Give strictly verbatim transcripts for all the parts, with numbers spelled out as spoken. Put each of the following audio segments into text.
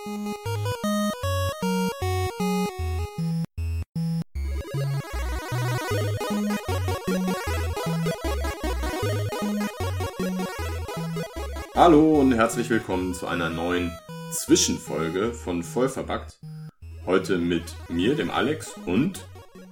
Hallo und herzlich willkommen zu einer neuen Zwischenfolge von Vollverbackt. Heute mit mir, dem Alex und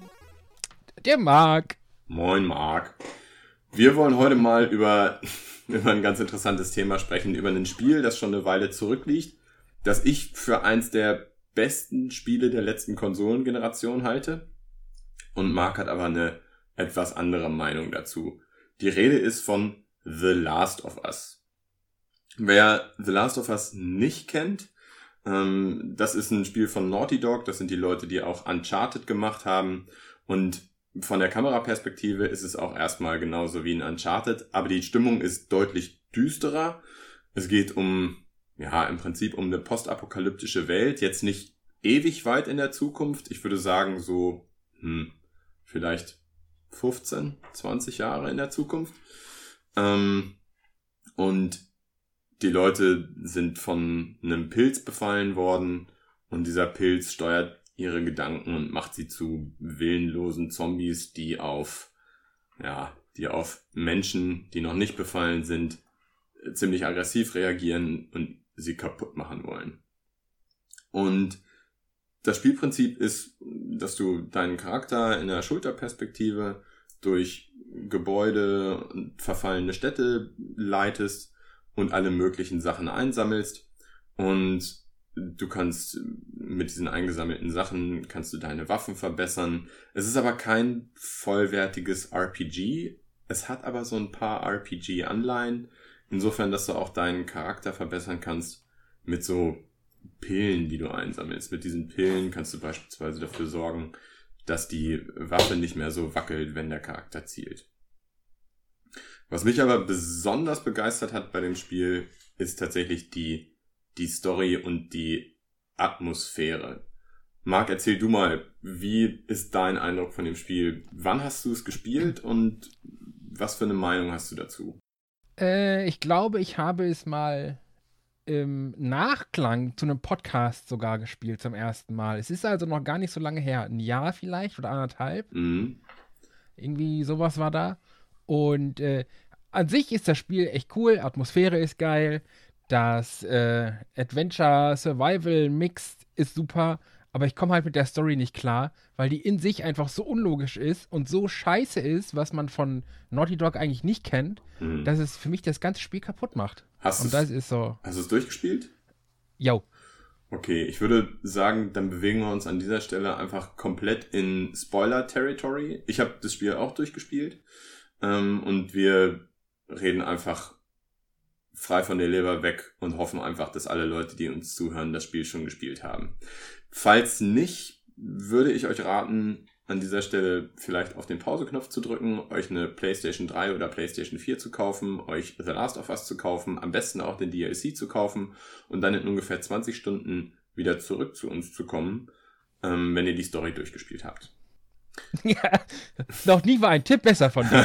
der Marc. Moin Marc. Wir wollen heute mal über, über ein ganz interessantes Thema sprechen, über ein Spiel, das schon eine Weile zurückliegt, das ich für eins der besten Spiele der letzten Konsolengeneration halte. Und Marc hat aber eine etwas andere Meinung dazu. Die Rede ist von The Last of Us. Wer The Last of Us nicht kennt, ähm, das ist ein Spiel von Naughty Dog. Das sind die Leute, die auch Uncharted gemacht haben. Und von der Kameraperspektive ist es auch erstmal genauso wie in Uncharted. Aber die Stimmung ist deutlich düsterer. Es geht um, ja, im Prinzip um eine postapokalyptische Welt. Jetzt nicht ewig weit in der Zukunft. Ich würde sagen so, hm, vielleicht fünfzehn, zwanzig Jahre in der Zukunft. Ähm, und die Leute sind von einem Pilz befallen worden und dieser Pilz steuert ihre Gedanken und macht sie zu willenlosen Zombies, die auf, ja, die auf Menschen, die noch nicht befallen sind, ziemlich aggressiv reagieren und sie kaputt machen wollen. Und das Spielprinzip ist, dass du deinen Charakter in der Schulterperspektive durch Gebäude und verfallene Städte leitest und alle möglichen Sachen einsammelst und du kannst mit diesen eingesammelten Sachen kannst du deine Waffen verbessern. Es ist aber kein vollwertiges R P G. Es hat aber so ein paar R P G-Anleihen, insofern, dass du auch deinen Charakter verbessern kannst mit so Pillen, die du einsammelst. Mit diesen Pillen kannst du beispielsweise dafür sorgen, dass die Waffe nicht mehr so wackelt, wenn der Charakter zielt. Was mich aber besonders begeistert hat bei dem Spiel, ist tatsächlich die, die Story und die Atmosphäre. Marc, erzähl du mal, wie ist dein Eindruck von dem Spiel? Wann hast du es gespielt und was für eine Meinung hast du dazu? Äh, ich glaube, ich habe es mal im Nachklang zu einem Podcast sogar gespielt zum ersten Mal. Es ist also noch gar nicht so lange her. Ein Jahr vielleicht oder anderthalb. Mhm. Irgendwie sowas war da. Und äh, an sich ist das Spiel echt cool, Atmosphäre ist geil, das äh, Adventure-Survival-Mix ist super, aber ich komme halt mit der Story nicht klar, weil die in sich einfach so unlogisch ist und so scheiße ist, was man von Naughty Dog eigentlich nicht kennt, hm. dass es für mich das ganze Spiel kaputt macht. Hast und das ist so. Hast du es durchgespielt? Jo. Okay, ich würde sagen, dann bewegen wir uns an dieser Stelle einfach komplett in Spoiler-Territory. Ich habe das Spiel auch durchgespielt. Ähm, und wir reden einfach frei von der Leber weg und hoffen einfach, dass alle Leute, die uns zuhören, das Spiel schon gespielt haben. Falls nicht, würde ich euch raten, an dieser Stelle vielleicht auf den Pause-Knopf zu drücken, euch eine PlayStation drei oder PlayStation vier zu kaufen, euch The Last of Us zu kaufen, am besten auch den D L C zu kaufen und dann in ungefähr zwanzig Stunden wieder zurück zu uns zu kommen, ähm, wenn ihr die Story durchgespielt habt. Ja, noch nie war ein Tipp besser von dir.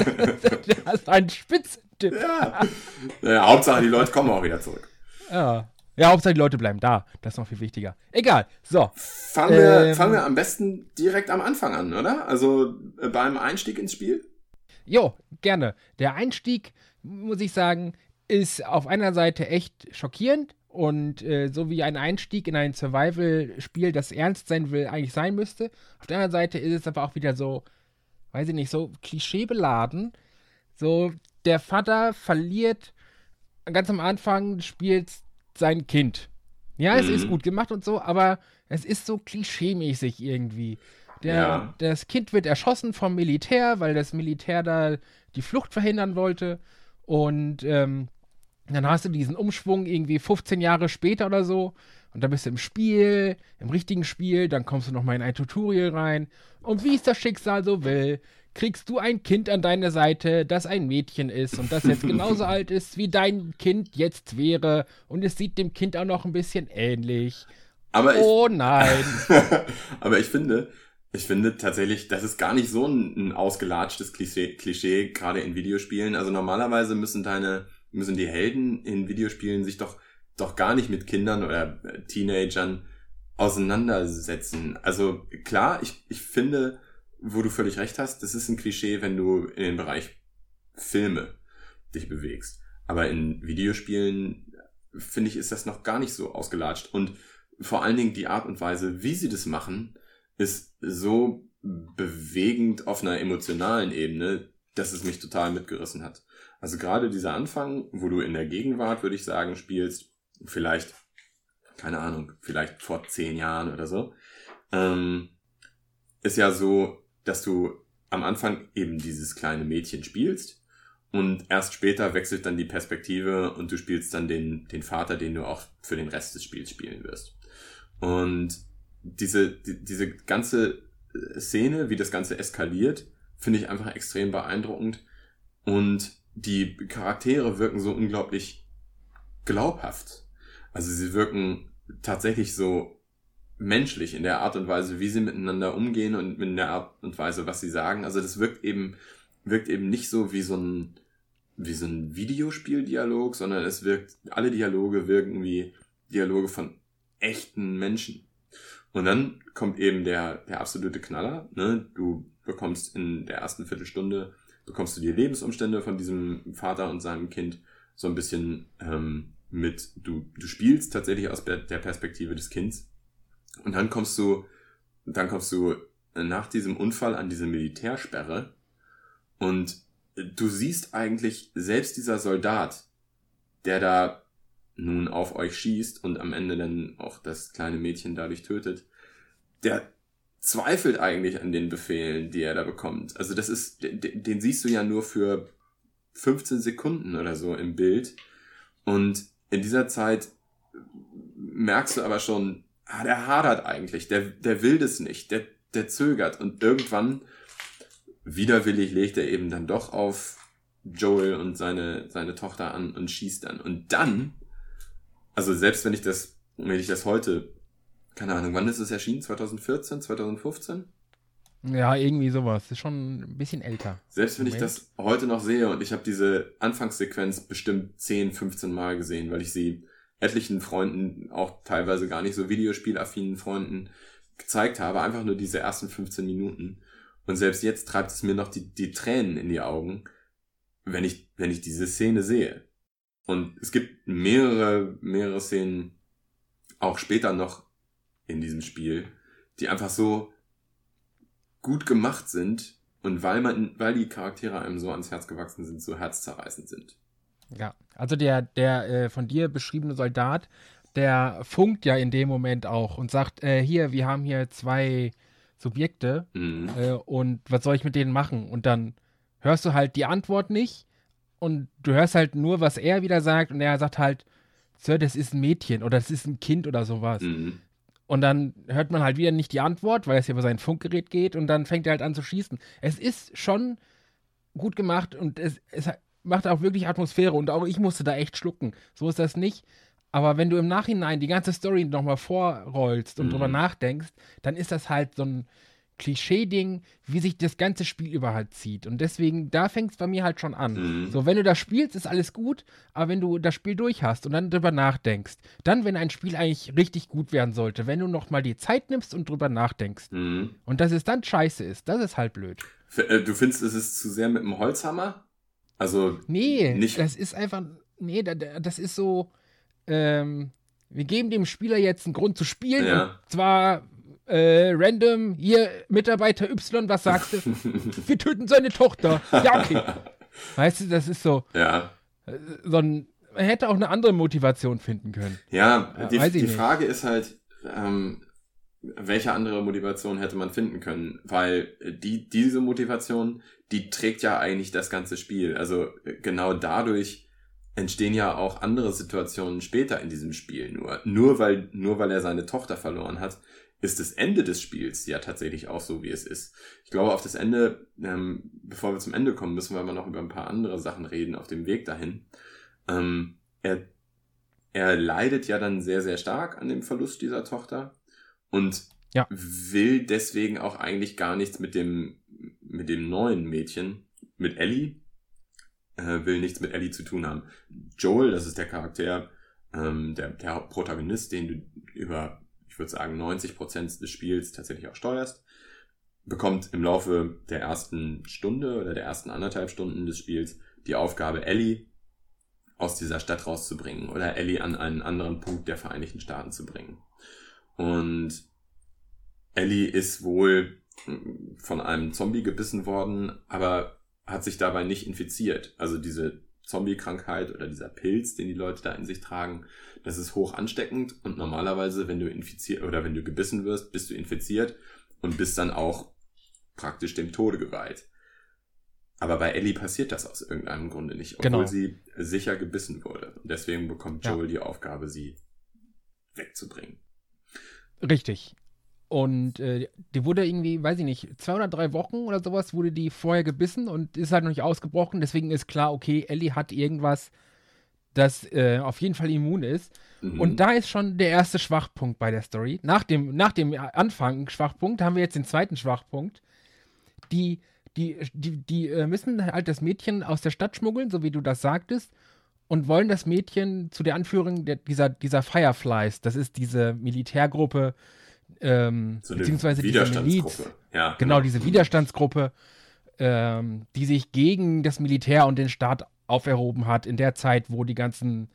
Du hast einen Spitzentipp. Ja. Naja, Hauptsache, die Leute kommen auch wieder zurück. Ja. Ja, Hauptsache, die Leute bleiben da. Das ist noch viel wichtiger. Egal. So. Fangen wir, ähm, fangen wir am besten direkt am Anfang an, oder? Also äh, beim Einstieg ins Spiel? Jo, gerne. Der Einstieg, muss ich sagen, ist auf einer Seite echt schockierend. Und äh, so wie ein Einstieg in ein Survival-Spiel, das ernst sein will, eigentlich sein müsste. Auf der anderen Seite ist es aber auch wieder so, weiß ich nicht, so klischeebeladen. So, der Vater verliert ganz am Anfang des Spiels sein Kind. Ja, es mhm. ist gut gemacht und so, aber es ist so klischeemäßig irgendwie. Der, ja. Das Kind wird erschossen vom Militär, weil das Militär da die Flucht verhindern wollte. Und ähm, dann hast du diesen Umschwung irgendwie fünfzehn Jahre später oder so und dann bist du im Spiel, im richtigen Spiel, dann kommst du nochmal in ein Tutorial rein und wie es das Schicksal so will, kriegst du ein Kind an deiner Seite, das ein Mädchen ist und das jetzt genauso alt ist, wie dein Kind jetzt wäre und es sieht dem Kind auch noch ein bisschen ähnlich. Aber oh ich, nein. Aber ich finde, ich finde tatsächlich, das ist gar nicht so ein, ein ausgelatschtes Klischee, Klischee, gerade in Videospielen. Also normalerweise müssen deine müssen die Helden in Videospielen sich doch doch gar nicht mit Kindern oder Teenagern auseinandersetzen. Also klar, ich, ich finde, wo du völlig recht hast, das ist ein Klischee, wenn du in den Bereich Filme dich bewegst. Aber in Videospielen, finde ich, ist das noch gar nicht so ausgelatscht. Und vor allen Dingen die Art und Weise, wie sie das machen, ist so bewegend auf einer emotionalen Ebene, dass es mich total mitgerissen hat. Also gerade dieser Anfang, wo du in der Gegenwart, würde ich sagen, spielst, vielleicht, keine Ahnung, vielleicht vor zehn Jahren oder so, ähm, ist ja so, dass du am Anfang eben dieses kleine Mädchen spielst und erst später wechselt dann die Perspektive und du spielst dann den, den Vater, den du auch für den Rest des Spiels spielen wirst. Und diese, die, diese ganze Szene, wie das Ganze eskaliert, finde ich einfach extrem beeindruckend. Und die Charaktere wirken so unglaublich glaubhaft. Also sie wirken tatsächlich so menschlich in der Art und Weise, wie sie miteinander umgehen und in der Art und Weise, was sie sagen. Also das wirkt eben, wirkt eben nicht so wie so ein, wie so ein Videospieldialog, sondern es wirkt, alle Dialoge wirken wie Dialoge von echten Menschen. Und dann kommt eben der, der absolute Knaller, ne? Du bekommst in der ersten Viertelstunde, bekommst du die Lebensumstände von diesem Vater und seinem Kind so ein bisschen ähm, mit, du, du spielst tatsächlich aus der Perspektive des Kindes. Und dann kommst du, dann kommst du nach diesem Unfall an diese Militärsperre und du siehst eigentlich selbst dieser Soldat, der da nun auf euch schießt und am Ende dann auch das kleine Mädchen dadurch tötet, der zweifelt eigentlich an den Befehlen, die er da bekommt. Also das ist, den, den siehst du ja nur für fünfzehn Sekunden oder so im Bild und in dieser Zeit merkst du aber schon, ah, der hadert eigentlich, der, der will das nicht, der, der zögert und irgendwann widerwillig legt er eben dann doch auf Joel und seine, seine Tochter an und schießt dann. Und dann, also selbst wenn ich das, wenn ich das heute, keine Ahnung, wann ist es erschienen? zwanzig vierzehn, zwanzig fünfzehn? Ja, irgendwie sowas. Das ist schon ein bisschen älter. Selbst wenn Moment. ich das heute noch sehe und ich habe diese Anfangssequenz bestimmt zehn, fünfzehn Mal gesehen, weil ich sie etlichen Freunden, auch teilweise gar nicht so videospielaffinen Freunden, gezeigt habe, einfach nur diese ersten fünfzehn Minuten. Und selbst jetzt treibt es mir noch die, die Tränen in die Augen, wenn ich, wenn ich diese Szene sehe. Und es gibt mehrere, mehrere Szenen, auch später noch in diesem Spiel, die einfach so gut gemacht sind und weil man, weil die Charaktere einem so ans Herz gewachsen sind, so herzzerreißend sind. Ja, also der, der äh, von dir beschriebene Soldat, der funkt ja in dem Moment auch und sagt, äh, hier, wir haben hier zwei Subjekte mhm. äh, und was soll ich mit denen machen? Und dann hörst du halt die Antwort nicht und du hörst halt nur, was er wieder sagt und er sagt halt, Sir, das ist ein Mädchen oder das ist ein Kind oder sowas. Mhm. Und dann hört man halt wieder nicht die Antwort, weil es ja über sein Funkgerät geht und dann fängt er halt an zu schießen. Es ist schon gut gemacht und es, es macht auch wirklich Atmosphäre und auch ich musste da echt schlucken. So ist das nicht. Aber wenn du im Nachhinein die ganze Story nochmal vorrollst und mhm. drüber nachdenkst, dann ist das halt so ein Klischee-Ding, wie sich das ganze Spiel über halt zieht. Und deswegen, da fängt es bei mir halt schon an. Mhm. So, wenn du das spielst, ist alles gut, aber wenn du das Spiel durch hast und dann drüber nachdenkst, dann, wenn ein Spiel eigentlich richtig gut werden sollte, wenn du nochmal die Zeit nimmst und drüber nachdenkst mhm. und dass es dann scheiße ist, das ist halt blöd. Du findest, es ist zu sehr mit dem Holzhammer? Also, nee, nicht... das ist einfach, nee, das ist so, ähm, wir geben dem Spieler jetzt einen Grund zu spielen ja. und zwar Äh, random, hier, Mitarbeiter Y, was sagst du? Wir töten seine Tochter. Ja, okay. Weißt du, das ist so. Ja. So ein, man hätte auch eine andere Motivation finden können. Ja, die, ja, die Frage ist halt, ähm, welche andere Motivation hätte man finden können? Weil die, diese Motivation, die trägt ja eigentlich das ganze Spiel. Also genau dadurch entstehen ja auch andere Situationen später in diesem Spiel nur. Nur weil, nur weil er seine Tochter verloren hat, ist das Ende des Spiels ja tatsächlich auch so, wie es ist. Ich glaube, auf das Ende, ähm, bevor wir zum Ende kommen, müssen wir aber noch über ein paar andere Sachen reden auf dem Weg dahin. Ähm, er, er leidet ja dann sehr, sehr stark an dem Verlust dieser Tochter und ja. will deswegen auch eigentlich gar nichts mit dem, mit dem neuen Mädchen, mit Ellie, äh, will nichts mit Ellie zu tun haben. Joel, das ist der Charakter, ähm, der, der Protagonist, den du über, ich würde sagen, neunzig Prozent des Spiels tatsächlich auch steuerst, bekommt im Laufe der ersten Stunde oder der ersten anderthalb Stunden des Spiels die Aufgabe, Ellie aus dieser Stadt rauszubringen oder Ellie an einen anderen Punkt der Vereinigten Staaten zu bringen. Und Ellie ist wohl von einem Zombie gebissen worden, aber hat sich dabei nicht infiziert. Also diese Zombie-Krankheit oder dieser Pilz, den die Leute da in sich tragen, das ist hoch ansteckend und normalerweise, wenn du infiziert oder wenn du gebissen wirst, bist du infiziert und bist dann auch praktisch dem Tode geweiht. Aber bei Ellie passiert das aus irgendeinem Grunde nicht, obwohl genau. sie sicher gebissen wurde. Und deswegen bekommt Joel ja. die Aufgabe, sie wegzubringen. Richtig. Und äh, die wurde irgendwie, weiß ich nicht, zwei oder drei Wochen oder sowas, wurde die vorher gebissen und ist halt noch nicht ausgebrochen. Deswegen ist klar, okay, Ellie hat irgendwas, das äh, auf jeden Fall immun ist. Mhm. Und da ist schon der erste Schwachpunkt bei der Story. Nach dem, nach dem Anfang Schwachpunkt haben wir jetzt den zweiten Schwachpunkt. Die Die, die, die äh, müssen halt das Mädchen aus der Stadt schmuggeln, so wie du das sagtest, und wollen das Mädchen zu der Anführung der, dieser, dieser Fireflies, das ist diese Militärgruppe, ähm, so beziehungsweise diese Miliz, ja, genau, genau, diese Widerstandsgruppe, ähm, die sich gegen das Militär und den Staat auferhoben hat, in der Zeit, wo die ganzen,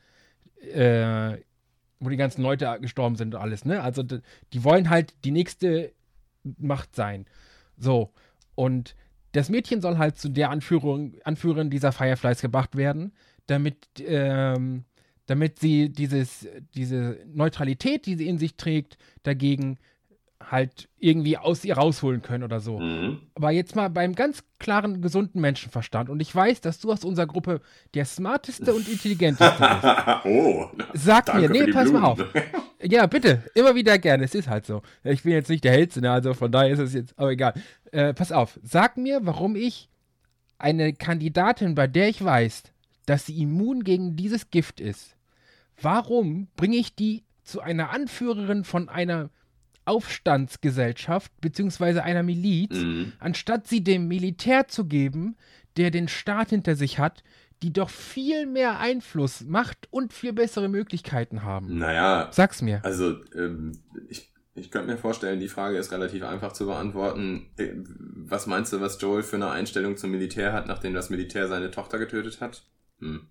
äh, wo die ganzen Leute gestorben sind und alles, ne? Also die, die wollen halt die nächste Macht sein. So, und das Mädchen soll halt zu der Anführung, Anführerin dieser Fireflies gebracht werden, damit, ähm, damit sie dieses, diese Neutralität, die sie in sich trägt, dagegen halt irgendwie aus ihr rausholen können oder so. Mhm. Aber jetzt mal beim ganz klaren, gesunden Menschenverstand. Und ich weiß, dass du aus unserer Gruppe der smarteste und intelligenteste bist. Oh, sag mir, nee, pass Blumen. mal auf. Ja, bitte, immer wieder gerne. Es ist halt so. Ich bin jetzt nicht der Hellste, ne? Also von daher ist es jetzt, aber egal. Äh, pass auf, sag mir, warum ich eine Kandidatin, bei der ich weiß, dass sie immun gegen dieses Gift ist, warum bringe ich die zu einer Anführerin von einer Aufstandsgesellschaft beziehungsweise einer Miliz, mhm. anstatt sie dem Militär zu geben, der den Staat hinter sich hat, die doch viel mehr Einfluss, Macht und viel bessere Möglichkeiten haben. Naja. Sag's mir. Also, ähm, ich, ich könnte mir vorstellen, die Frage ist relativ einfach zu beantworten. Was meinst du, was Joel für eine Einstellung zum Militär hat, nachdem das Militär seine Tochter getötet hat? Hm.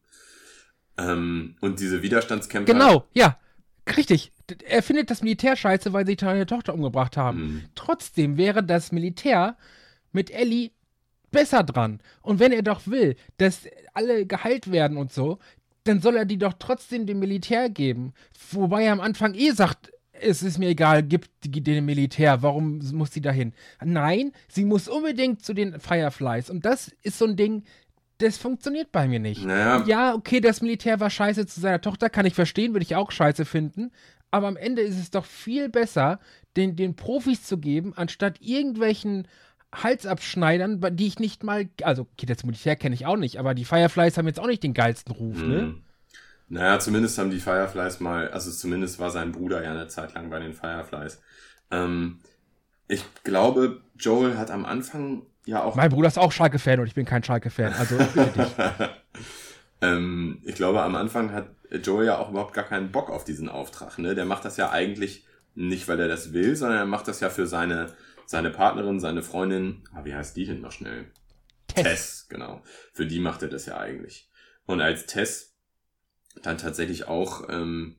Ähm, und diese Widerstandskämpfer... Genau, ja. Richtig. Er findet das Militär scheiße, weil sie seine Tochter umgebracht haben. Mhm. Trotzdem wäre das Militär mit Ellie besser dran. Und wenn er doch will, dass alle geheilt werden und so, dann soll er die doch trotzdem dem Militär geben. Wobei er am Anfang eh sagt, es ist mir egal, gib die dem Militär, warum muss sie dahin? Nein, sie muss unbedingt zu den Fireflies. Und das ist so ein Ding, das funktioniert bei mir nicht. Naja. Ja, okay, das Militär war scheiße zu seiner Tochter, kann ich verstehen, würde ich auch scheiße finden. Aber am Ende ist es doch viel besser, den, den Profis zu geben, anstatt irgendwelchen Halsabschneidern, die ich nicht mal, also okay, das Militär kenne ich auch nicht, aber die Fireflies haben jetzt auch nicht den geilsten Ruf, hm. ne? Naja, zumindest haben die Fireflies mal, also zumindest war sein Bruder ja eine Zeit lang bei den Fireflies. Ähm, ich glaube, Joel hat am Anfang ja auch... Mein Bruder ist auch Schalke-Fan und ich bin kein Schalke-Fan, also bitte dich. ähm, ich glaube, am Anfang hat Joel ja auch überhaupt gar keinen Bock auf diesen Auftrag, ne? Der macht das ja eigentlich nicht, weil er das will, sondern er macht das ja für seine, seine Partnerin, seine Freundin, ah, wie heißt die denn noch schnell? Tess. Tess, genau. Für die macht er das ja eigentlich. Und als Tess dann tatsächlich auch ähm,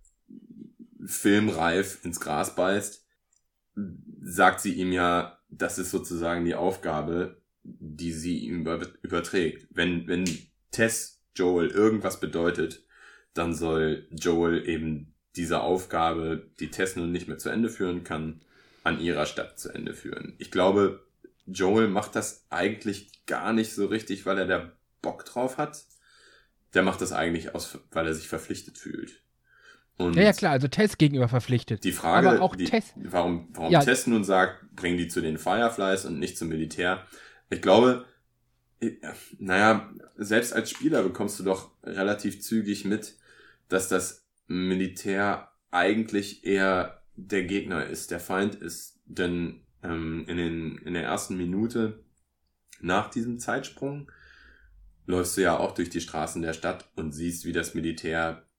filmreif ins Gras beißt, sagt sie ihm ja, das ist sozusagen die Aufgabe, die sie ihm über, überträgt. Wenn, wenn Tess Joel irgendwas bedeutet, dann soll Joel eben diese Aufgabe, die Tess nun nicht mehr zu Ende führen kann, an ihrer Stadt zu Ende führen. Ich glaube, Joel macht das eigentlich gar nicht so richtig, weil er da Bock drauf hat. Der macht das eigentlich aus, weil er sich verpflichtet fühlt. Und ja, ja, klar, also Tess gegenüber verpflichtet. Die Frage, aber auch die, Tess, warum, warum ja. Tess nun sagt, bring die zu den Fireflies und nicht zum Militär. Ich glaube, naja, selbst als Spieler bekommst du doch relativ zügig mit, dass das Militär eigentlich eher der Gegner ist, der Feind ist. Denn ähm, in, den, in der ersten Minute nach diesem Zeitsprung läufst du ja auch durch die Straßen der Stadt und siehst, wie das Militär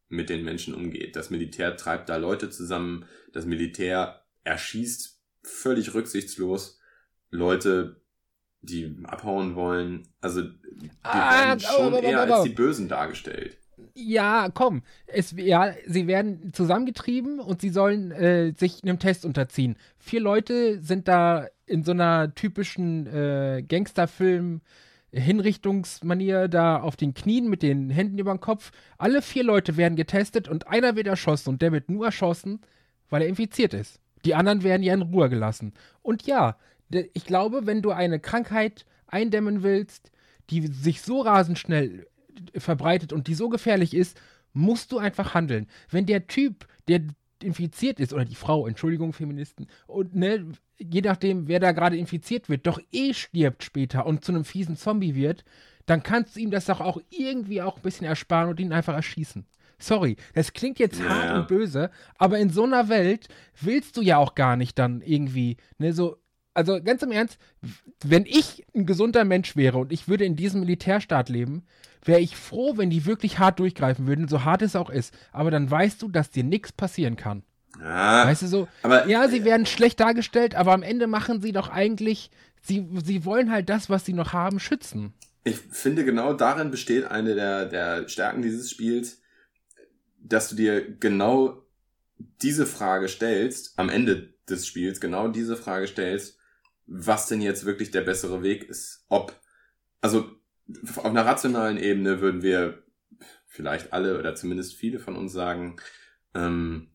mit den Menschen umgeht. Das Militär treibt da Leute zusammen, das Militär erschießt völlig rücksichtslos Leute, die abhauen wollen. Also die Ah, werden schon aber, aber, eher aber. als die Bösen dargestellt. Ja, komm. Es, ja, sie werden zusammengetrieben und sie sollen äh, sich einem Test unterziehen. Vier Leute sind da in so einer typischen äh, Gangsterfilm- Hinrichtungsmanier da auf den Knien mit den Händen über den Kopf. Alle vier Leute werden getestet und einer wird erschossen und der wird nur erschossen, weil er infiziert ist. Die anderen werden ja in Ruhe gelassen. Und ja, de- ich glaube, wenn du eine Krankheit eindämmen willst, die sich so rasend schnell äh, verbreitet und die so gefährlich ist, musst du einfach handeln. Wenn der Typ, der infiziert ist, oder die Frau, Entschuldigung, Feministen, und ne, je nachdem, wer da gerade infiziert wird, doch eh stirbt später und zu einem fiesen Zombie wird, dann kannst du ihm das doch auch irgendwie auch ein bisschen ersparen und ihn einfach erschießen. Sorry, das klingt jetzt Ja, hart ja. und böse, aber in so einer Welt willst du ja auch gar nicht dann irgendwie, ne, so, also ganz im Ernst, wenn ich ein gesunder Mensch wäre und ich würde in diesem Militärstaat leben, wäre ich froh, wenn die wirklich hart durchgreifen würden, so hart es auch ist. Aber dann weißt du, dass dir nichts passieren kann. Ja, Weißt du so, aber ja, sie werden schlecht dargestellt, aber am Ende machen sie doch eigentlich, sie, sie wollen halt das, was sie noch haben, schützen. ich finde, genau darin besteht eine der, der Stärken dieses Spiels, dass du dir genau diese Frage stellst, am Ende des Spiels genau diese Frage stellst, was denn jetzt wirklich der bessere Weg ist. Ob, also auf einer rationalen Ebene würden wir vielleicht alle oder zumindest viele von uns sagen, ähm,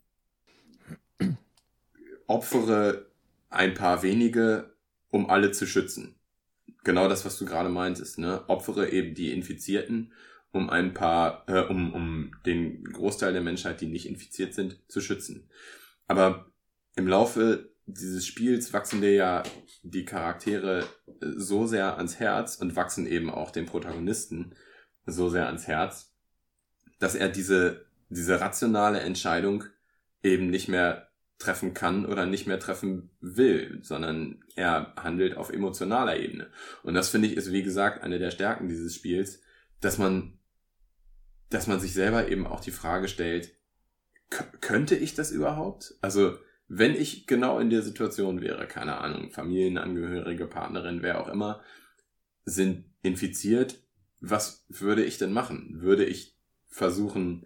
opfere ein paar wenige, um alle zu schützen. Genau das, was du gerade meintest, ne? Opfere eben die Infizierten, um ein paar, äh, um, um den Großteil der Menschheit, die nicht infiziert sind, zu schützen. Aber im Laufe dieses Spiels wachsen dir ja die Charaktere so sehr ans Herz und wachsen eben auch den Protagonisten so sehr ans Herz, dass er diese, diese rationale Entscheidung eben nicht mehr treffen kann oder nicht mehr treffen will, sondern er handelt auf emotionaler Ebene. Und das, finde ich, ist, wie gesagt, eine der Stärken dieses Spiels, dass man, dass man sich selber eben auch die Frage stellt, k- könnte ich das überhaupt? Also, wenn ich genau in der Situation wäre, keine Ahnung, Familienangehörige, Partnerin, wer auch immer, sind infiziert, was würde ich denn machen? Würde ich versuchen,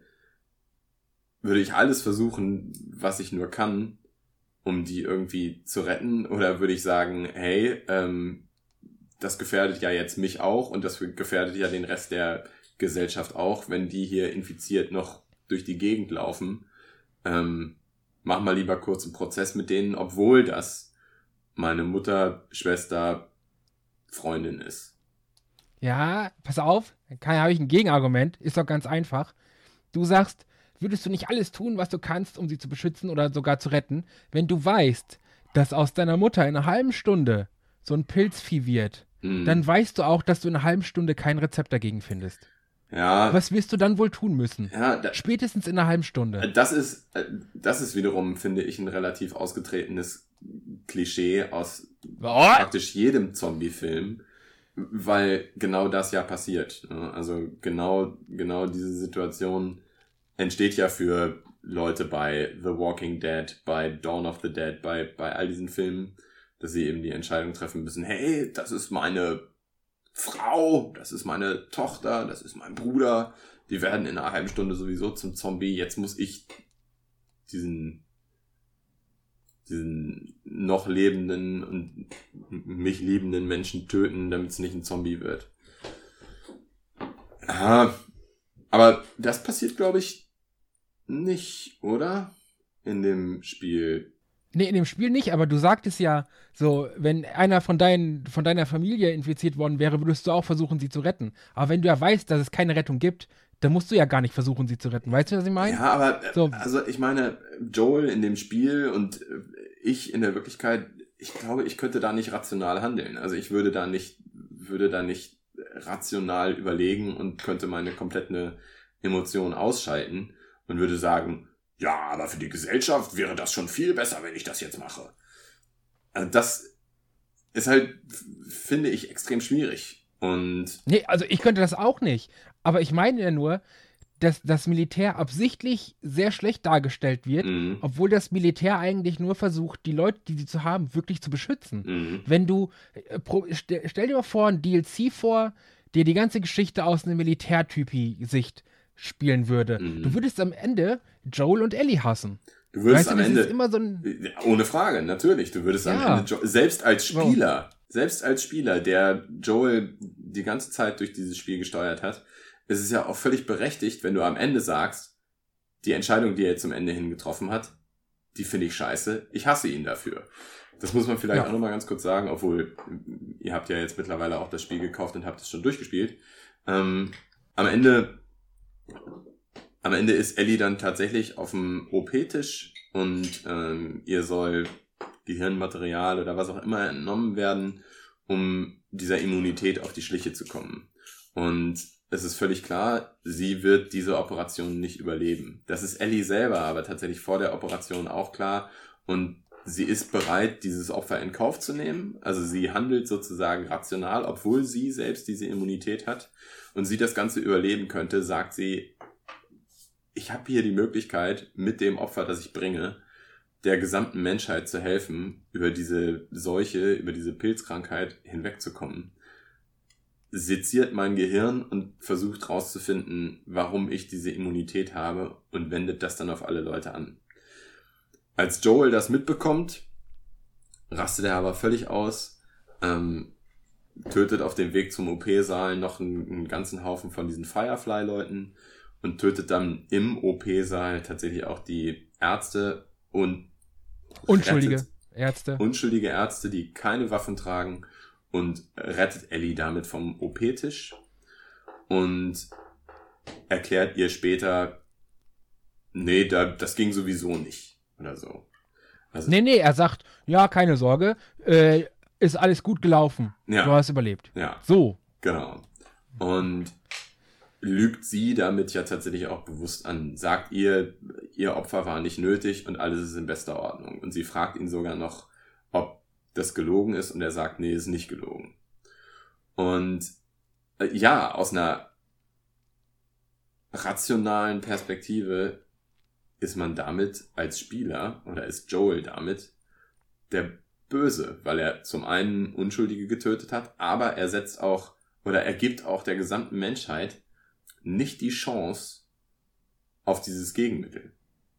würde ich alles versuchen, was ich nur kann, um die irgendwie zu retten? Oder würde ich sagen, hey, ähm, das gefährdet ja jetzt mich auch und das gefährdet ja den Rest der Gesellschaft auch, wenn die hier infiziert noch durch die Gegend laufen. Ähm, mach mal lieber kurz einen Prozess mit denen, obwohl das meine Mutter, Schwester, Freundin ist. Ja, pass auf, da habe ich ein Gegenargument, ist doch ganz einfach. Du sagst, würdest du nicht alles tun, was du kannst, um sie zu beschützen oder sogar zu retten, wenn du weißt, dass aus deiner Mutter in einer halben Stunde so ein Pilzvieh wird, Hm. dann weißt du auch, dass du in einer halben Stunde kein Rezept dagegen findest. Ja, Was wirst du dann wohl tun müssen? ja, da, Spätestens in einer halben Stunde. das ist, äh, das ist wiederum, finde ich, ein relativ ausgetretenes Klischee aus Oh, praktisch jedem Zombie-Film, weil genau das ja passiert. Ne? Also genau, genau diese Situation entsteht ja für Leute bei The Walking Dead, bei Dawn of the Dead, bei, bei all diesen Filmen, dass sie eben die Entscheidung treffen müssen, hey, das ist meine Frau, das ist meine Tochter, das ist mein Bruder, die werden in einer halben Stunde sowieso zum Zombie, jetzt muss ich diesen diesen noch lebenden und mich liebenden Menschen töten, damit es nicht ein Zombie wird. Ja, aber das passiert, glaube ich, nicht, oder? In dem Spiel. nee, in dem Spiel nicht, aber du sagtest ja, so, wenn einer von, deinen, von deiner Familie infiziert worden wäre, würdest du auch versuchen, sie zu retten. Aber wenn du ja weißt, dass es keine Rettung gibt, dann musst du ja gar nicht versuchen, sie zu retten. Weißt du, was ich meine? Ja, aber äh, So. also ich meine, Joel in dem Spiel und äh, ich in der Wirklichkeit, ich glaube, ich könnte da nicht rational handeln. Also ich würde da nicht, würde da nicht rational überlegen und könnte meine komplette Emotion ausschalten und würde sagen, ja, aber für die Gesellschaft wäre das schon viel besser, wenn ich das jetzt mache. Also das ist halt, finde ich, extrem schwierig. Und Nee, also ich könnte das auch nicht. Aber ich meine ja nur, dass das Militär absichtlich sehr schlecht dargestellt wird, Mhm. obwohl das Militär eigentlich nur versucht, die Leute, die sie zu haben, wirklich zu beschützen. Mhm. Wenn du, äh, pro, stell, stell dir mal vor, ein D L C vor, der die ganze Geschichte aus einer Militärtypi-Sicht spielen würde. Mhm. Du würdest am Ende Joel und Ellie hassen. Du würdest Weißt du, am das Ende, ist immer so ein, Ja, ohne Frage, natürlich. Du würdest am Ja. Ende, Jo- selbst als Spieler, selbst als Spieler, der Joel die ganze Zeit durch dieses Spiel gesteuert hat, ist es ja auch völlig berechtigt, wenn du am Ende sagst, die Entscheidung, die er zum Ende hin getroffen hat, die finde ich scheiße, ich hasse ihn dafür. Das muss man vielleicht Ja. auch nochmal ganz kurz sagen, obwohl ihr habt ja jetzt mittlerweile auch das Spiel gekauft und habt es schon durchgespielt. Ähm, am Ende Am Ende ist Ellie dann tatsächlich auf dem O P-Tisch und ähm, ihr soll Gehirnmaterial oder was auch immer entnommen werden, um dieser Immunität auf die Schliche zu kommen. Und es ist völlig klar, sie wird diese Operation nicht überleben. Das ist Ellie selber aber tatsächlich vor der Operation auch klar und sie ist bereit, dieses Opfer in Kauf zu nehmen. Also sie handelt sozusagen rational, obwohl sie selbst diese Immunität hat und sie das Ganze überleben könnte, sagt sie, ich habe hier die Möglichkeit, mit dem Opfer, das ich bringe, der gesamten Menschheit zu helfen, über diese Seuche, über diese Pilzkrankheit hinwegzukommen. Seziert mein Gehirn und versucht rauszufinden, warum ich diese Immunität habe und wendet das dann auf alle Leute an. Als Joel das mitbekommt, rastet er aber völlig aus, ähm, tötet auf dem Weg zum O P-Saal noch einen, einen ganzen Haufen von diesen Firefly-Leuten und tötet dann im O P-Saal tatsächlich auch die Ärzte und unschuldige rettet Ärzte. unschuldige Ärzte, die keine Waffen tragen und rettet Ellie damit vom O P-Tisch und erklärt ihr später, nee, da, das ging sowieso nicht oder so. Also, Nee, nee, er sagt, ja, keine Sorge, äh, ist alles gut gelaufen. Ja. Du hast überlebt. ja, So. genau. Und lügt sie damit ja tatsächlich auch bewusst an. Sagt ihr, ihr Opfer war nicht nötig und alles ist in bester Ordnung. Und sie fragt ihn sogar noch, ob das gelogen ist und er sagt, nee, ist nicht gelogen. Und äh, ja, aus einer rationalen Perspektive ist man damit als Spieler oder ist Joel damit der Böse, weil er zum einen Unschuldige getötet hat, aber er setzt auch oder er gibt auch der gesamten Menschheit nicht die Chance auf dieses Gegenmittel.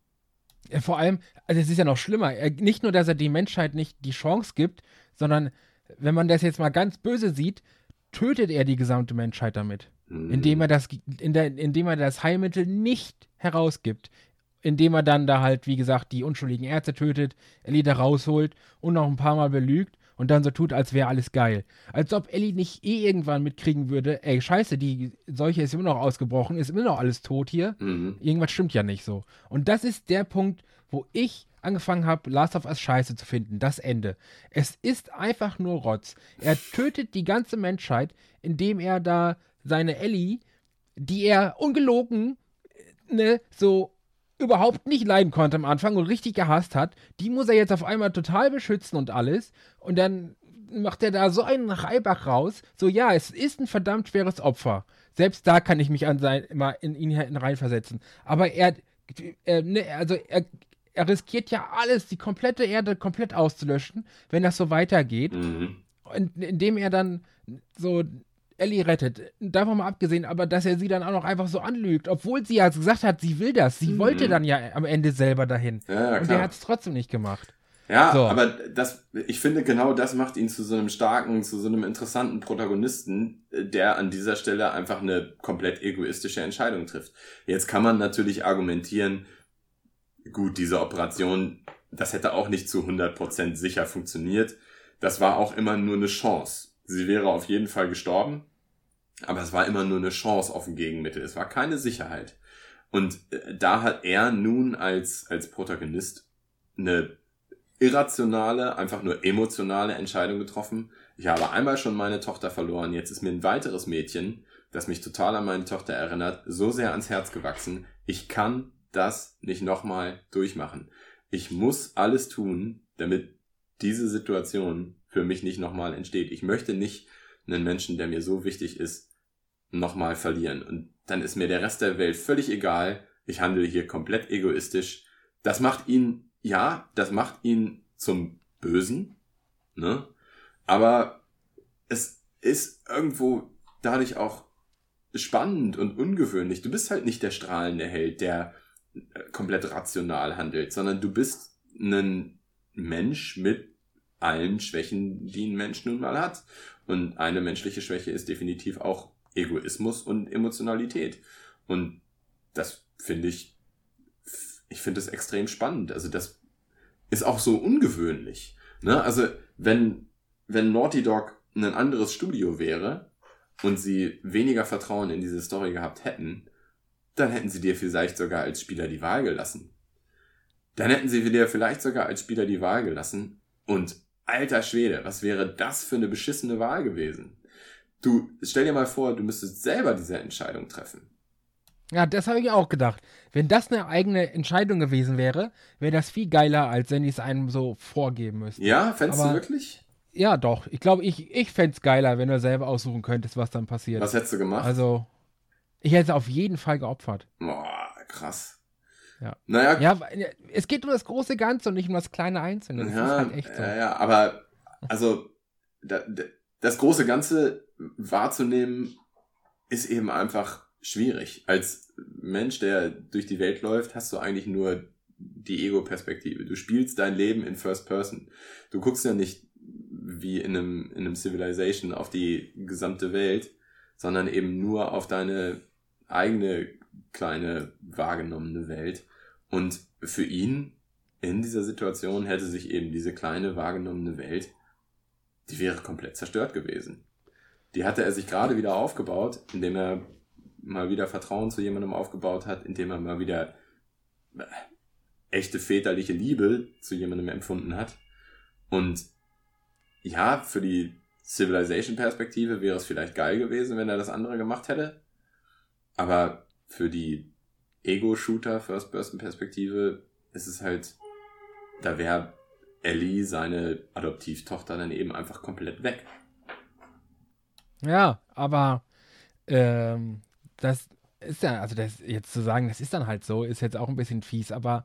Ja, vor allem, also es ist ja noch schlimmer. Er, nicht nur, dass er die Menschheit nicht die Chance gibt, sondern, wenn man das jetzt mal ganz böse sieht, tötet er die gesamte Menschheit damit. Hm. Indem er das, in der, indem er das Heilmittel nicht herausgibt. Indem er dann da halt, wie gesagt, die unschuldigen Ärzte tötet, Ellie da rausholt und noch ein paar Mal belügt und dann so tut, als wäre alles geil. Als ob Ellie nicht eh irgendwann mitkriegen würde, ey, scheiße, die Seuche ist immer noch ausgebrochen, ist immer noch alles tot hier. Mhm. Irgendwas stimmt ja nicht so. Und das ist der Punkt, wo ich angefangen habe, Last of Us scheiße zu finden. Das Ende. Es ist einfach nur Rotz. Er tötet die ganze Menschheit, indem er da seine Ellie, die er ungelogen, ne, so überhaupt nicht leiden konnte am Anfang und richtig gehasst hat, die muss er jetzt auf einmal total beschützen und alles. Und dann macht er da so einen Reibach raus. So, ja, es ist ein verdammt schweres Opfer. Selbst da kann ich mich an sein, immer in ihn reinversetzen. Aber er, er ne, also er, er riskiert ja alles, die komplette Erde komplett auszulöschen, wenn das so weitergeht. Mhm. Und indem er dann so Ellie rettet. Davon mal abgesehen, aber dass er sie dann auch noch einfach so anlügt, obwohl sie ja gesagt hat, sie will das. Sie Mhm. wollte dann ja am Ende selber dahin. Ja, ja, Und klar. er hat es trotzdem nicht gemacht. Ja, So. aber das, ich finde, genau das macht ihn zu so einem starken, zu so einem interessanten Protagonisten, der an dieser Stelle einfach eine komplett egoistische Entscheidung trifft. Jetzt kann man natürlich argumentieren, gut, diese Operation, das hätte auch nicht zu hundert Prozent sicher funktioniert. Das war auch immer nur eine Chance. Sie wäre auf jeden Fall gestorben, aber es war immer nur eine Chance auf ein Gegenmittel. Es war keine Sicherheit. Und äh, da hat er nun als, als Protagonist eine irrationale, einfach nur emotionale Entscheidung getroffen. Ich habe einmal schon meine Tochter verloren, jetzt ist mir ein weiteres Mädchen, das mich total an meine Tochter erinnert, so sehr ans Herz gewachsen. Ich kann das nicht nochmal durchmachen. Ich muss alles tun, damit diese Situation für mich nicht nochmal entsteht. Ich möchte nicht einen Menschen, der mir so wichtig ist, nochmal verlieren. Und dann ist mir der Rest der Welt völlig egal. Ich handle hier komplett egoistisch. Das macht ihn, ja, das macht ihn zum Bösen, ne? Aber es ist irgendwo dadurch auch spannend und ungewöhnlich. Du bist halt nicht der strahlende Held, der komplett rational handelt, sondern du bist ein Mensch mit allen Schwächen, die ein Mensch nun mal hat. Und eine menschliche Schwäche ist definitiv auch Egoismus und Emotionalität. Und das finde ich, ich finde es extrem spannend. Also das ist auch so ungewöhnlich. Ne? Also wenn, wenn Naughty Dog ein anderes Studio wäre und sie weniger Vertrauen in diese Story gehabt hätten, dann hätten sie dir vielleicht sogar als Spieler die Wahl gelassen. Dann hätten sie dir vielleicht sogar als Spieler die Wahl gelassen. Und alter Schwede, was wäre das für eine beschissene Wahl gewesen? Du, stell dir mal vor, du müsstest selber diese Entscheidung treffen. Ja, das habe ich auch gedacht. Wenn das eine eigene Entscheidung gewesen wäre, wäre das viel geiler, als wenn die es einem so vorgeben müssten. Ja, fändest Aber, du wirklich? Ja, doch. Ich glaube, ich, ich fände es geiler, wenn du selber aussuchen könntest, was dann passiert. Was hättest du gemacht? Also, ich hätte es auf jeden Fall geopfert. Boah, krass. Ja. Naja. Ja, es geht um das große Ganze und nicht um das kleine Einzelne. Das ja, ist halt echt so. Ja, ja, aber also da, da, das große Ganze wahrzunehmen, ist eben einfach schwierig. Als Mensch, der durch die Welt läuft, hast du eigentlich nur die Ego-Perspektive. Du spielst dein Leben in First Person. Du guckst ja nicht wie in einem, in einem Civilization auf die gesamte Welt, sondern eben nur auf deine eigene kleine wahrgenommene Welt. Und für ihn in dieser Situation hätte sich eben diese kleine wahrgenommene Welt, die wäre komplett zerstört gewesen. Die hatte er sich gerade wieder aufgebaut, indem er mal wieder Vertrauen zu jemandem aufgebaut hat, indem er mal wieder echte väterliche Liebe zu jemandem empfunden hat. Und ja, für die Civilization-Perspektive wäre es vielleicht geil gewesen, wenn er das andere gemacht hätte. Aber für die Ego-Shooter, First-Person-Perspektive ist es halt, da wäre Ellie, seine Adoptivtochter, dann eben einfach komplett weg. Ja, aber ähm, das ist ja, also das jetzt zu sagen, das ist dann halt so, ist jetzt auch ein bisschen fies, aber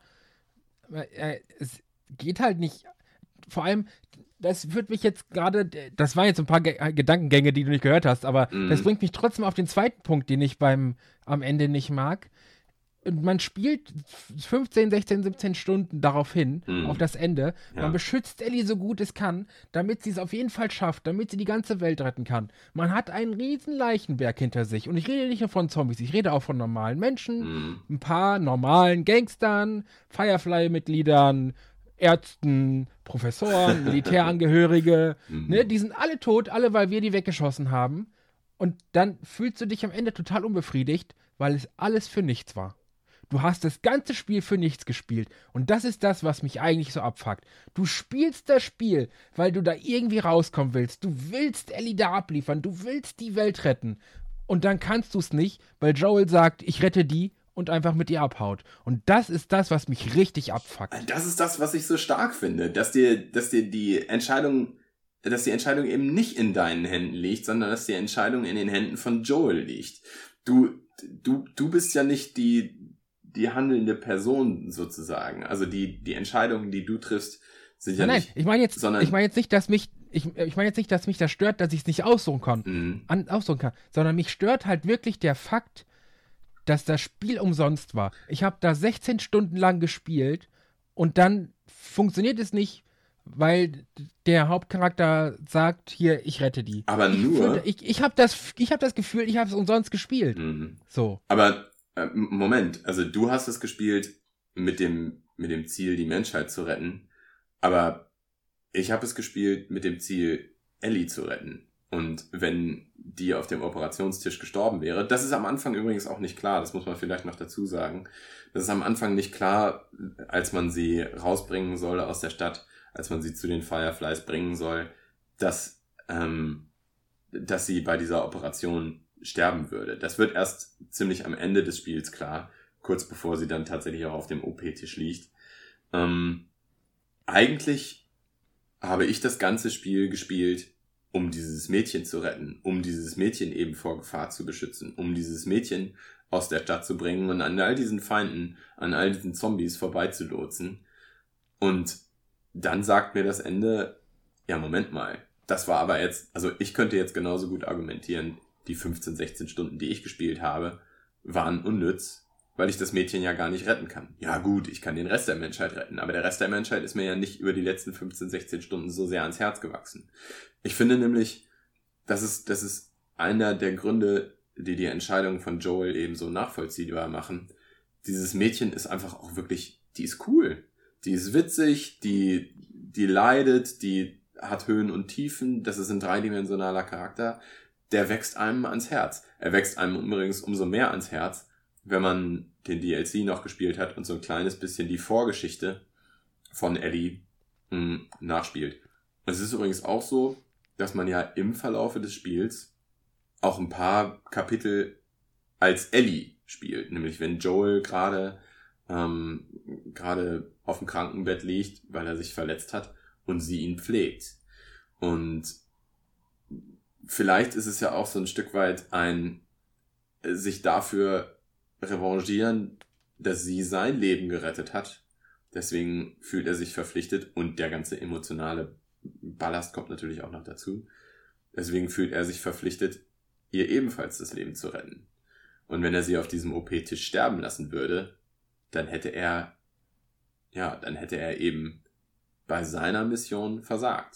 äh, es geht halt nicht, vor allem, das führt mich jetzt gerade, das waren jetzt ein paar Ge- Gedankengänge, die du nicht gehört hast, aber Mhm. das bringt mich trotzdem auf den zweiten Punkt, den ich beim am Ende nicht mag. Und man spielt fünfzehn, sechzehn, siebzehn Stunden darauf hin, Mhm. auf das Ende. Ja. Man beschützt Ellie so gut es kann, damit sie es auf jeden Fall schafft, damit sie die ganze Welt retten kann. Man hat einen riesen Leichenberg hinter sich. Und ich rede nicht nur von Zombies, ich rede auch von normalen Menschen, Mhm. ein paar normalen Gangstern, Firefly-Mitgliedern, Ärzten, Professoren, Militärangehörige. Mhm. Ne, die sind alle tot, alle, weil wir die weggeschossen haben. Und dann fühlst du dich am Ende total unbefriedigt, weil es alles für nichts war. Du hast das ganze Spiel für nichts gespielt. Und das ist das, was mich eigentlich so abfuckt. Du spielst das Spiel, weil du da irgendwie rauskommen willst. Du willst Ellie da abliefern. Du willst die Welt retten. Und dann kannst du es nicht, weil Joel sagt, ich rette die und einfach mit ihr abhaut. Und das ist das, was mich richtig abfuckt. Das ist das, was ich so stark finde, dass dir, dass dir die Entscheidung, dass die Entscheidung eben nicht in deinen Händen liegt, sondern dass die Entscheidung in den Händen von Joel liegt. Du, du, du bist ja nicht die, die handelnde Person sozusagen. Also die, die Entscheidungen, die du triffst, sind ja nein, nicht... Nein, ich meine jetzt, sondern, ich meine jetzt nicht, dass mich, ich, ich meine jetzt nicht, dass mich das stört, dass ich es nicht aussuchen kann, Mhm. an, aussuchen kann, sondern mich stört halt wirklich der Fakt, dass das Spiel umsonst war. Ich habe da sechzehn Stunden lang gespielt und dann funktioniert es nicht, weil der Hauptcharakter sagt, hier, ich rette die. Aber ich nur... Finde, ich ich habe das, ich hab das Gefühl, ich habe es umsonst gespielt. Mhm. So. Aber äh, Moment, also du hast es gespielt mit dem, mit dem Ziel, die Menschheit zu retten, aber ich habe es gespielt mit dem Ziel, Ellie zu retten. Und wenn die auf dem Operationstisch gestorben wäre, das ist am Anfang übrigens auch nicht klar, das muss man vielleicht noch dazu sagen, das ist am Anfang nicht klar, als man sie rausbringen soll aus der Stadt, als man sie zu den Fireflies bringen soll, dass, ähm, dass sie bei dieser Operation sterben würde. Das wird erst ziemlich am Ende des Spiels klar, kurz bevor sie dann tatsächlich auch auf dem O P-Tisch liegt. Ähm, eigentlich habe ich das ganze Spiel gespielt, um dieses Mädchen zu retten, um dieses Mädchen eben vor Gefahr zu beschützen, um dieses Mädchen aus der Stadt zu bringen und an all diesen Feinden, an all diesen Zombies vorbeizulotsen. Und dann sagt mir das Ende, ja, Moment mal, das war aber jetzt, also ich könnte jetzt genauso gut argumentieren, die fünfzehn, sechzehn Stunden, die ich gespielt habe, waren unnütz, weil ich das Mädchen ja gar nicht retten kann. Ja gut, ich kann den Rest der Menschheit retten, aber der Rest der Menschheit ist mir ja nicht über die letzten fünfzehn, sechzehn Stunden so sehr ans Herz gewachsen. Ich finde nämlich, das ist, das ist einer der Gründe, die die Entscheidung von Joel eben so nachvollziehbar machen. Dieses Mädchen ist einfach auch wirklich, die ist cool. Die ist witzig, die, die leidet, die hat Höhen und Tiefen, das ist ein dreidimensionaler Charakter, der wächst einem ans Herz. Er wächst einem übrigens umso mehr ans Herz, wenn man den D L C noch gespielt hat und so ein kleines bisschen die Vorgeschichte von Ellie mh, nachspielt. Es ist übrigens auch so, dass man ja im Verlaufe des Spiels auch ein paar Kapitel als Ellie spielt. Nämlich wenn Joel gerade ähm, gerade auf dem Krankenbett liegt, weil er sich verletzt hat und sie ihn pflegt. Und vielleicht ist es ja auch so ein Stück weit ein sich dafür revanchieren, dass sie sein Leben gerettet hat. Deswegen fühlt er sich verpflichtet und der ganze emotionale Ballast kommt natürlich auch noch dazu. Deswegen fühlt er sich verpflichtet, ihr ebenfalls das Leben zu retten. Und wenn er sie auf diesem O P-Tisch sterben lassen würde, dann hätte er, ja, dann hätte er eben bei seiner Mission versagt.